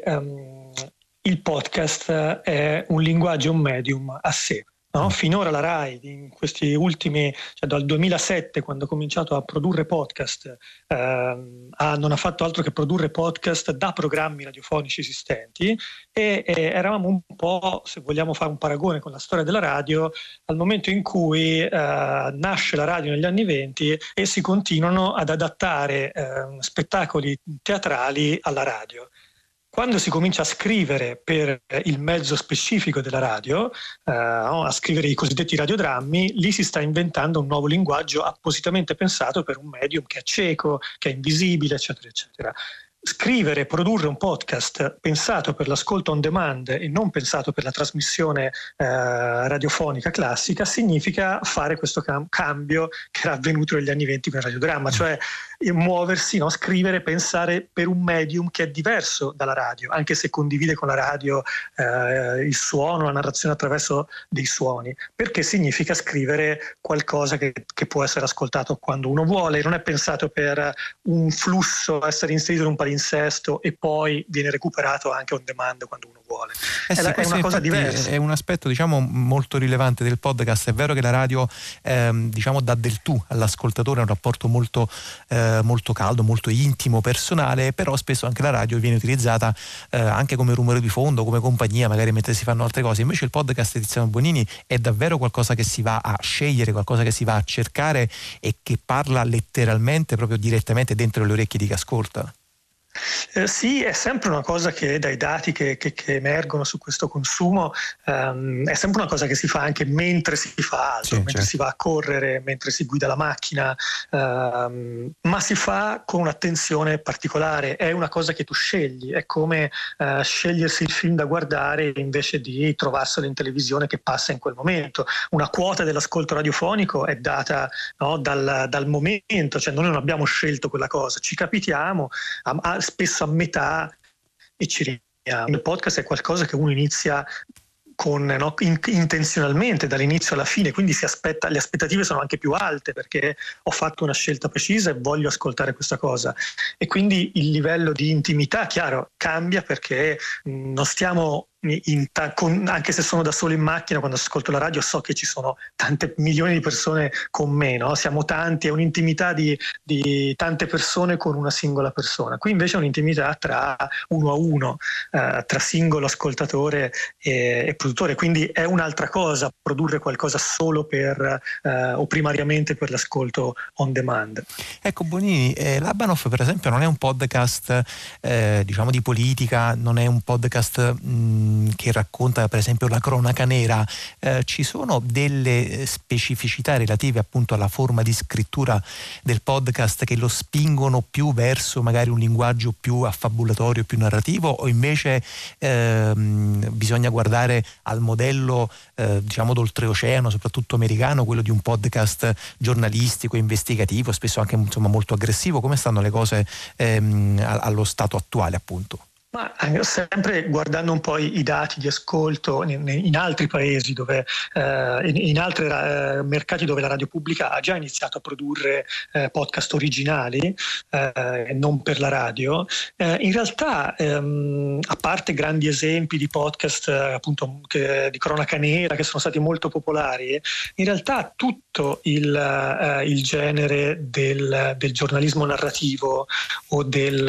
[SPEAKER 2] il podcast è un linguaggio, un medium a sé. No? Finora la Rai, in questi ultimi, dal 2007, quando ha cominciato a produrre podcast, non ha fatto altro che produrre podcast da programmi radiofonici esistenti, e eravamo un po', se vogliamo fare un paragone con la storia della radio, al momento in cui nasce la radio negli anni 20 e si continuano ad adattare spettacoli teatrali alla radio. Quando si comincia a scrivere per il mezzo specifico della radio, a scrivere i cosiddetti radiodrammi, lì si sta inventando un nuovo linguaggio appositamente pensato per un medium che è cieco, che è invisibile, eccetera, eccetera. Scrivere, produrre un podcast pensato per l'ascolto on demand e non pensato per la trasmissione radiofonica classica significa fare questo cambio che era avvenuto negli anni 20 con il radiodramma, cioè muoversi, scrivere, pensare per un medium che è diverso dalla radio, anche se condivide con la radio il suono, la narrazione attraverso dei suoni, perché significa scrivere qualcosa che può essere ascoltato quando uno vuole, non è pensato per un flusso, essere inserito in un palinsesto e poi viene recuperato anche on demand quando uno vuole. È una cosa diversa. È
[SPEAKER 1] un aspetto molto rilevante del podcast. È vero che la radio dà del tu all'ascoltatore, è un rapporto molto caldo, molto intimo, personale, però spesso anche la radio viene utilizzata anche come rumore di fondo, come compagnia, magari mentre si fanno altre cose. Invece il podcast di Tiziano Bonini è davvero qualcosa che si va a scegliere, qualcosa che si va a cercare e che parla letteralmente, proprio direttamente dentro le orecchie di chi ascolta.
[SPEAKER 2] Sì, è sempre una cosa che dai dati che emergono su questo consumo è sempre una cosa che si fa anche mentre si fa altro, mentre si va a correre, mentre si guida la macchina, ma si fa con un'attenzione particolare, è una cosa che tu scegli, è come scegliersi il film da guardare invece di trovarselo in televisione che passa in quel momento. Una quota dell'ascolto radiofonico è data dal momento, cioè noi non abbiamo scelto quella cosa, ci capitiamo spesso a metà e ci rimaniamo. Il podcast è qualcosa che uno inizia intenzionalmente dall'inizio alla fine, quindi le aspettative sono anche più alte perché ho fatto una scelta precisa e voglio ascoltare questa cosa, e quindi il livello di intimità, chiaro, cambia perché non stiamo anche se sono da solo in macchina, quando ascolto la radio so che ci sono tante milioni di persone con me, no? Siamo tanti, è un'intimità di tante persone con una singola persona. Qui invece è un'intimità tra uno a uno, tra singolo ascoltatore e produttore, quindi è un'altra cosa produrre qualcosa solo per o primariamente per l'ascolto on demand.
[SPEAKER 1] Ecco Bonini, Labanoff per esempio non è un podcast diciamo di politica, non è un podcast che racconta per esempio la cronaca nera, ci sono delle specificità relative appunto alla forma di scrittura del podcast che lo spingono più verso magari un linguaggio più affabulatorio, più narrativo, o invece bisogna guardare al modello diciamo d'oltreoceano, soprattutto americano, quello di un podcast giornalistico, investigativo, spesso anche insomma molto aggressivo? Come stanno le cose allo stato attuale appunto?
[SPEAKER 2] Ma sempre guardando un po' i dati di ascolto in altri paesi dove in altri mercati dove la radio pubblica ha già iniziato a produrre podcast originali non per la radio, in realtà a parte grandi esempi di podcast appunto di cronaca nera che sono stati molto popolari, in realtà tutto il genere del giornalismo narrativo o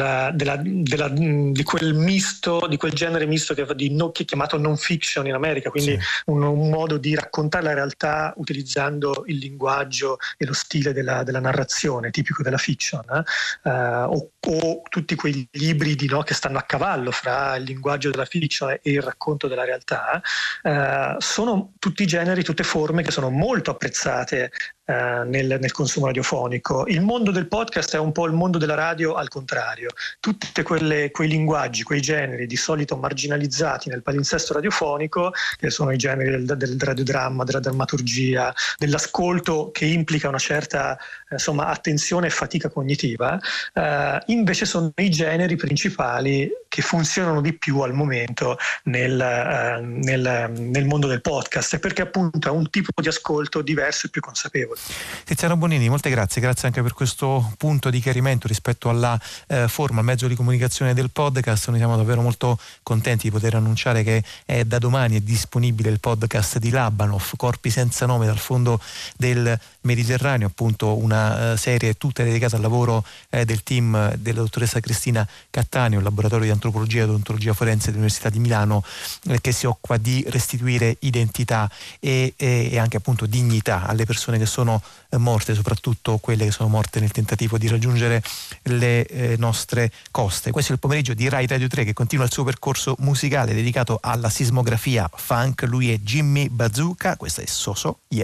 [SPEAKER 2] di quel misto, di quel genere misto che è chiamato non fiction in America, quindi sì, un modo di raccontare la realtà utilizzando il linguaggio e lo stile della narrazione tipico della fiction, o tutti quegli ibridi, no, che stanno a cavallo fra il linguaggio della fiction e il racconto della realtà, sono tutti generi, tutte forme che sono molto apprezzate nel consumo radiofonico. Il mondo del podcast è un po' il mondo della radio al contrario. Tutti quei linguaggi, quei generi di solito marginalizzati nel palinsesto radiofonico, che sono i generi del radiodramma, della drammaturgia, dell'ascolto che implica una certa attenzione e fatica cognitiva, invece sono i generi principali che funzionano di più al momento nel mondo del podcast, perché appunto è un tipo di ascolto diverso e più consapevole.
[SPEAKER 1] Tiziano Bonini, molte grazie anche per questo punto di chiarimento rispetto alla forma, al mezzo di comunicazione del podcast. Noi siamo davvero molto contenti di poter annunciare che da domani è disponibile il podcast di Labanoff, Corpi senza nome dal fondo del Mediterraneo, appunto una serie tutta dedicata al lavoro del team della dottoressa Cristina Cattaneo, un laboratorio di antropologia e odontologia forense dell'Università di Milano, che si occupa di restituire identità e anche appunto dignità alle persone che sono morte, soprattutto quelle che sono morte nel tentativo di raggiungere le nostre coste. Questo è il pomeriggio di Rai Radio 3 che continua il suo percorso musicale dedicato alla sismografia funk. Lui è Jimmy Bazooka, questa è So Yeah.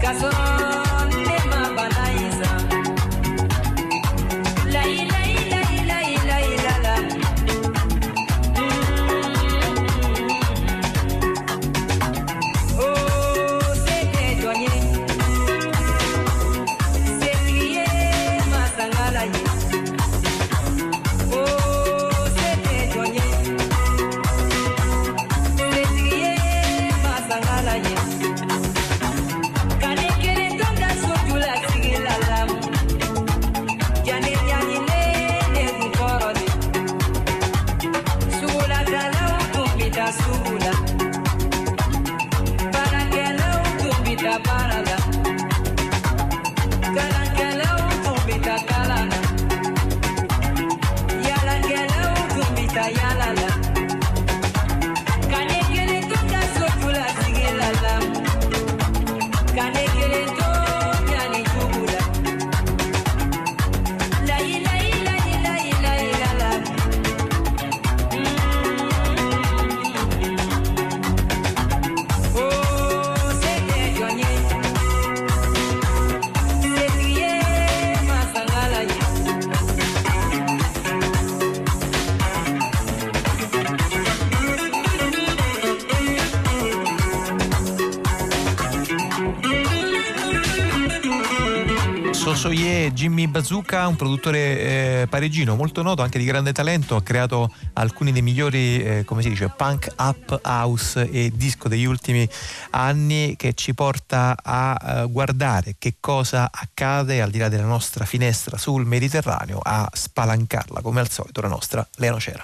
[SPEAKER 1] Soye Jimmy Bazooka, un produttore parigino molto noto, anche di grande talento, ha creato alcuni dei migliori come si dice punk, up, house e disco degli ultimi anni, che ci porta a guardare che cosa accade al di là della nostra finestra sul Mediterraneo, a spalancarla come al solito la nostra Lea Nocera.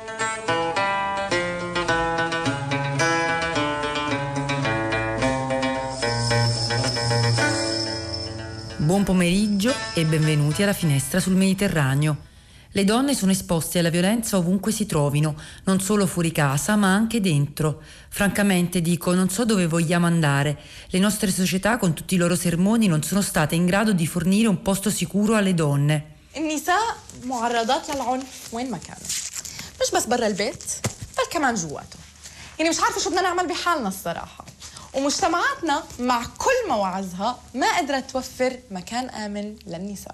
[SPEAKER 4] Buon pomeriggio e benvenuti alla Finestra sul Mediterraneo. Le donne sono esposte alla violenza ovunque si trovino, non solo fuori casa ma anche dentro. Francamente dico, non so dove vogliamo andare. Le nostre società con tutti i loro sermoni non sono state in grado di fornire un posto sicuro alle donne.
[SPEAKER 6] النساء معرضات للعنف وين ما كانوا، مش بس برا البيت بل كمان جواته. يعني مش عارفة شو بدنا نعمل بحالنا الصراحة. ومجتمعاتنا مع كل مواعظها ما قدرت توفر مكان آمن للنساء.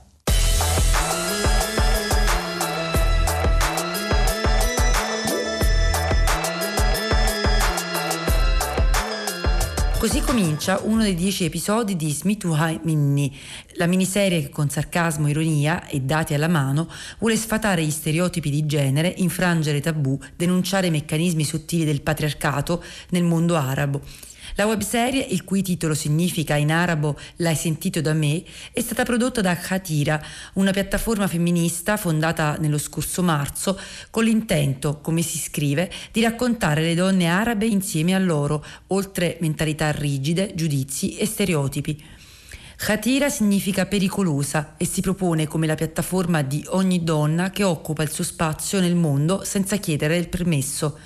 [SPEAKER 4] Così comincia uno dei 10 episodi di Smituhai Minni, la miniserie che con sarcasmo, ironia e dati alla mano vuole sfatare gli stereotipi di genere, infrangere tabù, denunciare i meccanismi sottili del patriarcato nel mondo arabo. La webserie, il cui titolo significa in arabo "L'hai sentito da me", è stata prodotta da Khatira, una piattaforma femminista fondata nello scorso marzo con l'intento, come si scrive, di raccontare le donne arabe insieme a loro, oltre mentalità rigide, giudizi e stereotipi. Khatira significa pericolosa e si propone come la piattaforma di ogni donna che occupa il suo spazio nel mondo senza chiedere il permesso.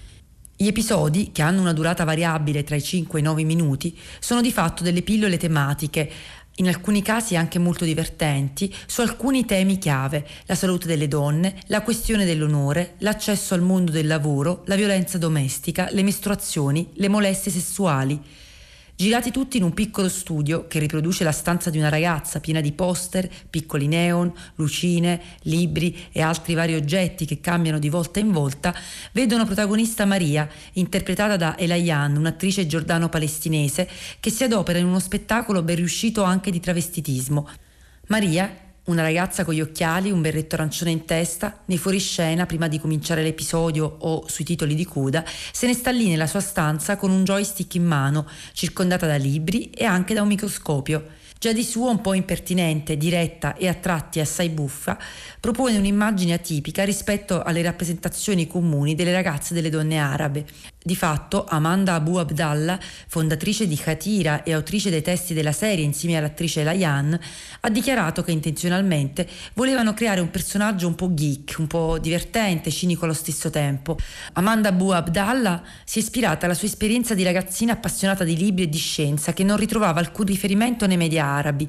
[SPEAKER 4] Gli episodi, che hanno una durata variabile tra i 5 e i 9 minuti, sono di fatto delle pillole tematiche, in alcuni casi anche molto divertenti, su alcuni temi chiave: la salute delle donne, la questione dell'onore, l'accesso al mondo del lavoro, la violenza domestica, le mestruazioni, le molestie sessuali. Girati tutti in un piccolo studio che riproduce la stanza di una ragazza piena di poster, piccoli neon, lucine, libri e altri vari oggetti che cambiano di volta in volta, vedono protagonista Maria, interpretata da Elayan, un'attrice giordano-palestinese che si adopera in uno spettacolo ben riuscito anche di travestitismo. Maria, una ragazza con gli occhiali, un berretto arancione in testa, nei fuoriscena, prima di cominciare l'episodio o sui titoli di coda, se ne sta lì nella sua stanza con un joystick in mano, circondata da libri e anche da un microscopio. Già di suo un po' impertinente, diretta e a tratti assai buffa, propone un'immagine atipica rispetto alle rappresentazioni comuni delle ragazze e delle donne arabe. Di fatto, Amanda Abu Abdallah, fondatrice di Khatira e autrice dei testi della serie insieme all'attrice Layan, ha dichiarato che intenzionalmente volevano creare un personaggio un po' geek, un po' divertente, cinico allo stesso tempo. Amanda Abu Abdallah si è ispirata alla sua esperienza di ragazzina appassionata di libri e di scienza che non ritrovava alcun riferimento nei media arabi.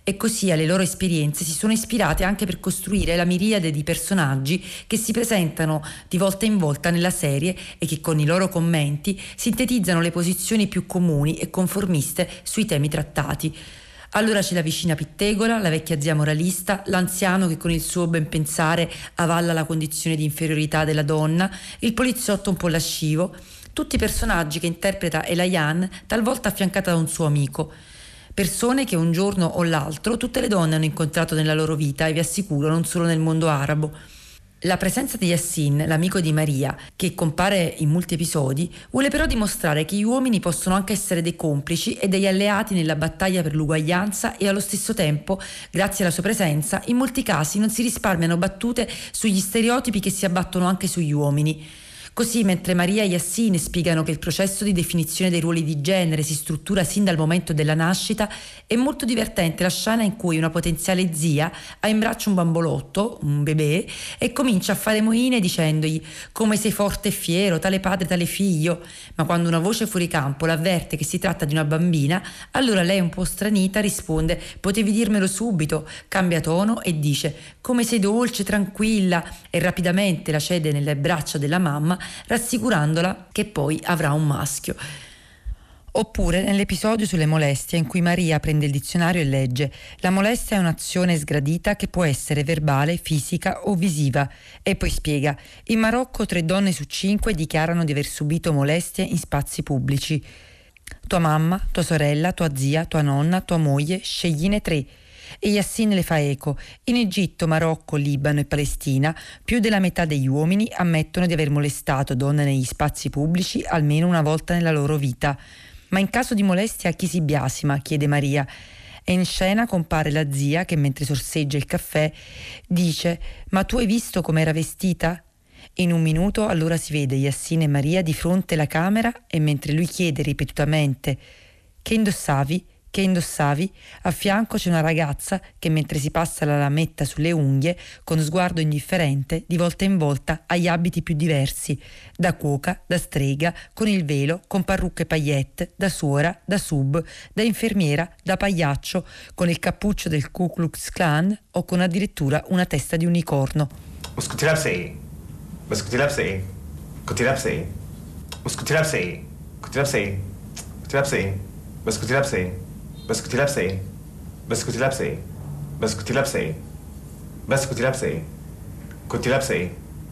[SPEAKER 4] e così alle loro esperienze si sono ispirate anche per costruire la miriade di personaggi che si presentano di volta in volta nella serie e che con i loro commenti sintetizzano le posizioni più comuni e conformiste sui temi trattati. Allora c'è la vicina pittegola, la vecchia zia moralista, l'anziano che con il suo ben pensare avalla la condizione di inferiorità della donna, il poliziotto un po' lascivo, tutti personaggi che interpreta Elayan, talvolta affiancata da un suo amico. Persone che un giorno o l'altro tutte le donne hanno incontrato nella loro vita, e vi assicuro non solo nel mondo arabo. La presenza di Yassin, l'amico di Maria, che compare in molti episodi, vuole però dimostrare che gli uomini possono anche essere dei complici e degli alleati nella battaglia per l'uguaglianza e allo stesso tempo, grazie alla sua presenza, in molti casi non si risparmiano battute sugli stereotipi che si abbattono anche sugli uomini. Così, mentre Maria e Yassin spiegano che il processo di definizione dei ruoli di genere si struttura sin dal momento della nascita, è molto divertente la scena in cui una potenziale zia ha in braccio un bambolotto, un bebè, e comincia a fare moine dicendogli «come sei forte e fiero, tale padre, tale figlio», ma quando una voce fuori campo l'avverte che si tratta di una bambina, allora lei un po' stranita risponde «potevi dirmelo subito», cambia tono e dice «come sei dolce, tranquilla», e rapidamente la cede nelle braccia della mamma, rassicurandola che poi avrà un maschio. Oppure nell'episodio sulle molestie in cui Maria prende il dizionario e legge «La molestia è un'azione sgradita che può essere verbale, fisica o visiva», e poi spiega «In Marocco 3 donne su 5 dichiarano di aver subito molestie in spazi pubblici. Tua mamma, tua sorella, tua zia, tua nonna, tua moglie, scegliene 3». E Yassin le fa eco. In Egitto, Marocco, Libano e Palestina più della metà degli uomini ammettono di aver molestato donne negli spazi pubblici almeno una volta nella loro vita. Ma in caso di molestia chi si biasima? Chiede Maria. E in scena compare la zia che mentre sorseggia il caffè dice «Ma tu hai visto com'era vestita?» In un minuto allora si vede Yassin e Maria di fronte alla camera e mentre lui chiede ripetutamente «Che indossavi?» Che indossavi? A fianco c'è una ragazza che mentre si passa la lametta sulle unghie, con sguardo indifferente, di volta in volta ha gli abiti più diversi, da cuoca, da strega, con il velo, con parrucche paillette, da suora, da sub, da infermiera, da pagliaccio, con il cappuccio del Ku Klux Klan o con addirittura una testa di unicorno.
[SPEAKER 5] بس كنت لابسه ايه؟ بس كنت لابسه ايه؟ بس كنت لابسه ايه؟ بس كنت لابسه ايه؟ كنت لابسه ايه؟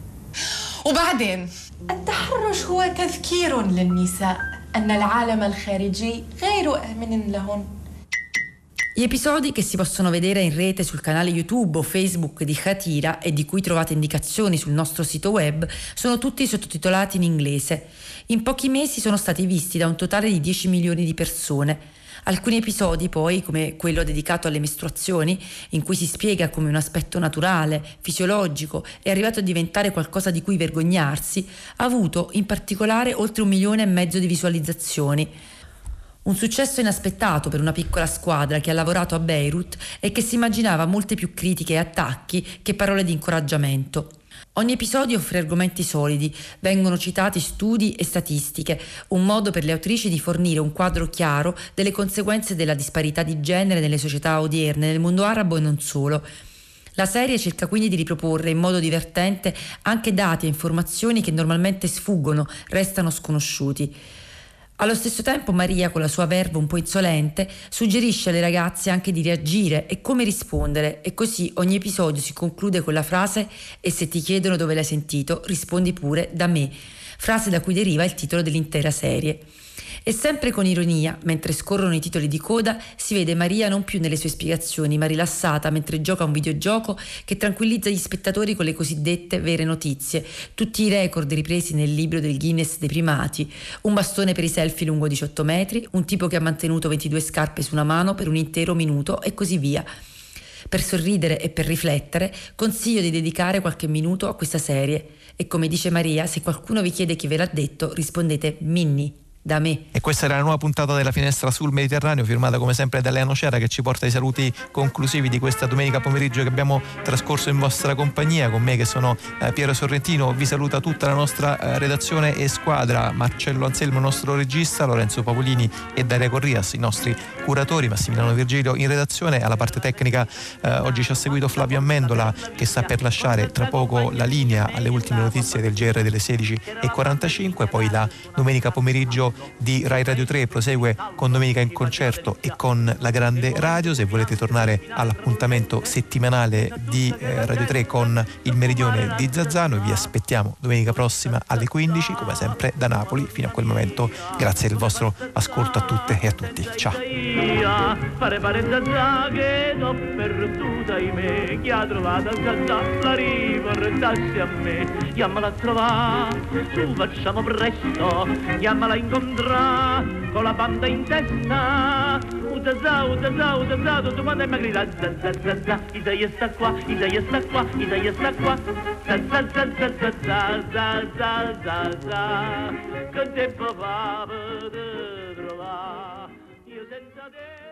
[SPEAKER 6] وبعدين التحرش هو تذكير للنساء أن العالم الخارجي غير آمن لهن.
[SPEAKER 4] Gli episodi che si possono vedere in rete sul canale YouTube o Facebook di Khatira e di cui trovate indicazioni sul nostro sito web sono tutti sottotitolati in inglese. In pochi mesi sono stati visti da un totale di 10 milioni di persone. Alcuni episodi poi, come quello dedicato alle mestruazioni, in cui si spiega come un aspetto naturale, fisiologico, è arrivato a diventare qualcosa di cui vergognarsi, ha avuto in particolare oltre 1,5 milioni di visualizzazioni. Un successo inaspettato per una piccola squadra che ha lavorato a Beirut e che si immaginava molte più critiche e attacchi che parole di incoraggiamento. Ogni episodio offre argomenti solidi, vengono citati studi e statistiche, un modo per le autrici di fornire un quadro chiaro delle conseguenze della disparità di genere nelle società odierne, nel mondo arabo e non solo. La serie cerca quindi di riproporre in modo divertente anche dati e informazioni che normalmente sfuggono, restano sconosciuti. Allo stesso tempo Maria, con la sua verve un po' insolente, suggerisce alle ragazze anche di reagire e come rispondere, e così ogni episodio si conclude con la frase «E se ti chiedono dove l'hai sentito, rispondi pure da me», frase da cui deriva il titolo dell'intera serie. E sempre con ironia, mentre scorrono i titoli di coda, si vede Maria non più nelle sue spiegazioni, ma rilassata mentre gioca a un videogioco che tranquillizza gli spettatori con le cosiddette vere notizie, tutti i record ripresi nel libro del Guinness dei primati, un bastone per i selfie lungo 18 metri, un tipo che ha mantenuto 22 scarpe su una mano per un intero minuto e così via. Per sorridere e per riflettere, consiglio di dedicare qualche minuto a questa serie. E come dice Maria, se qualcuno vi chiede chi ve l'ha detto, rispondete Minni. da me.
[SPEAKER 1] E questa era la nuova puntata della Finestra sul Mediterraneo, firmata come sempre da Lea Nocera, che ci porta ai saluti conclusivi di questa domenica pomeriggio che abbiamo trascorso in vostra compagnia. Con me che sono Piero Sorrentino, vi saluta tutta la nostra redazione e squadra, Marcello Anselmo, il nostro regista, Lorenzo Pavolini e Daria Corrias, i nostri curatori, Massimiliano Virgilio in redazione. Alla parte tecnica oggi ci ha seguito Flavio Amendola, che sta per lasciare tra poco la linea alle ultime notizie del GR delle 16:45. Poi la domenica pomeriggio di Rai Radio 3 prosegue con Domenica in Concerto e con la Grande Radio. Se volete tornare all'appuntamento settimanale di Radio 3 con il Meridione di Zazzano, vi aspettiamo domenica prossima alle 15, come sempre da Napoli. Fino a quel momento grazie del vostro ascolto a tutte e a tutti. Ciao.
[SPEAKER 3] Fare Zazà che l'ho perduta, ahimè, chi ha trovato Zazà la riportassi a me. Chiamala a trovare, su facciamo presto, chiamala a incontrare con la banda in testa. Zazà, tutto quanto è magrita, Zazà, Isaia sta qua, Isaia sta qua, Isaia sta qua. Zazà, che tempo fa per trovare, io senza te.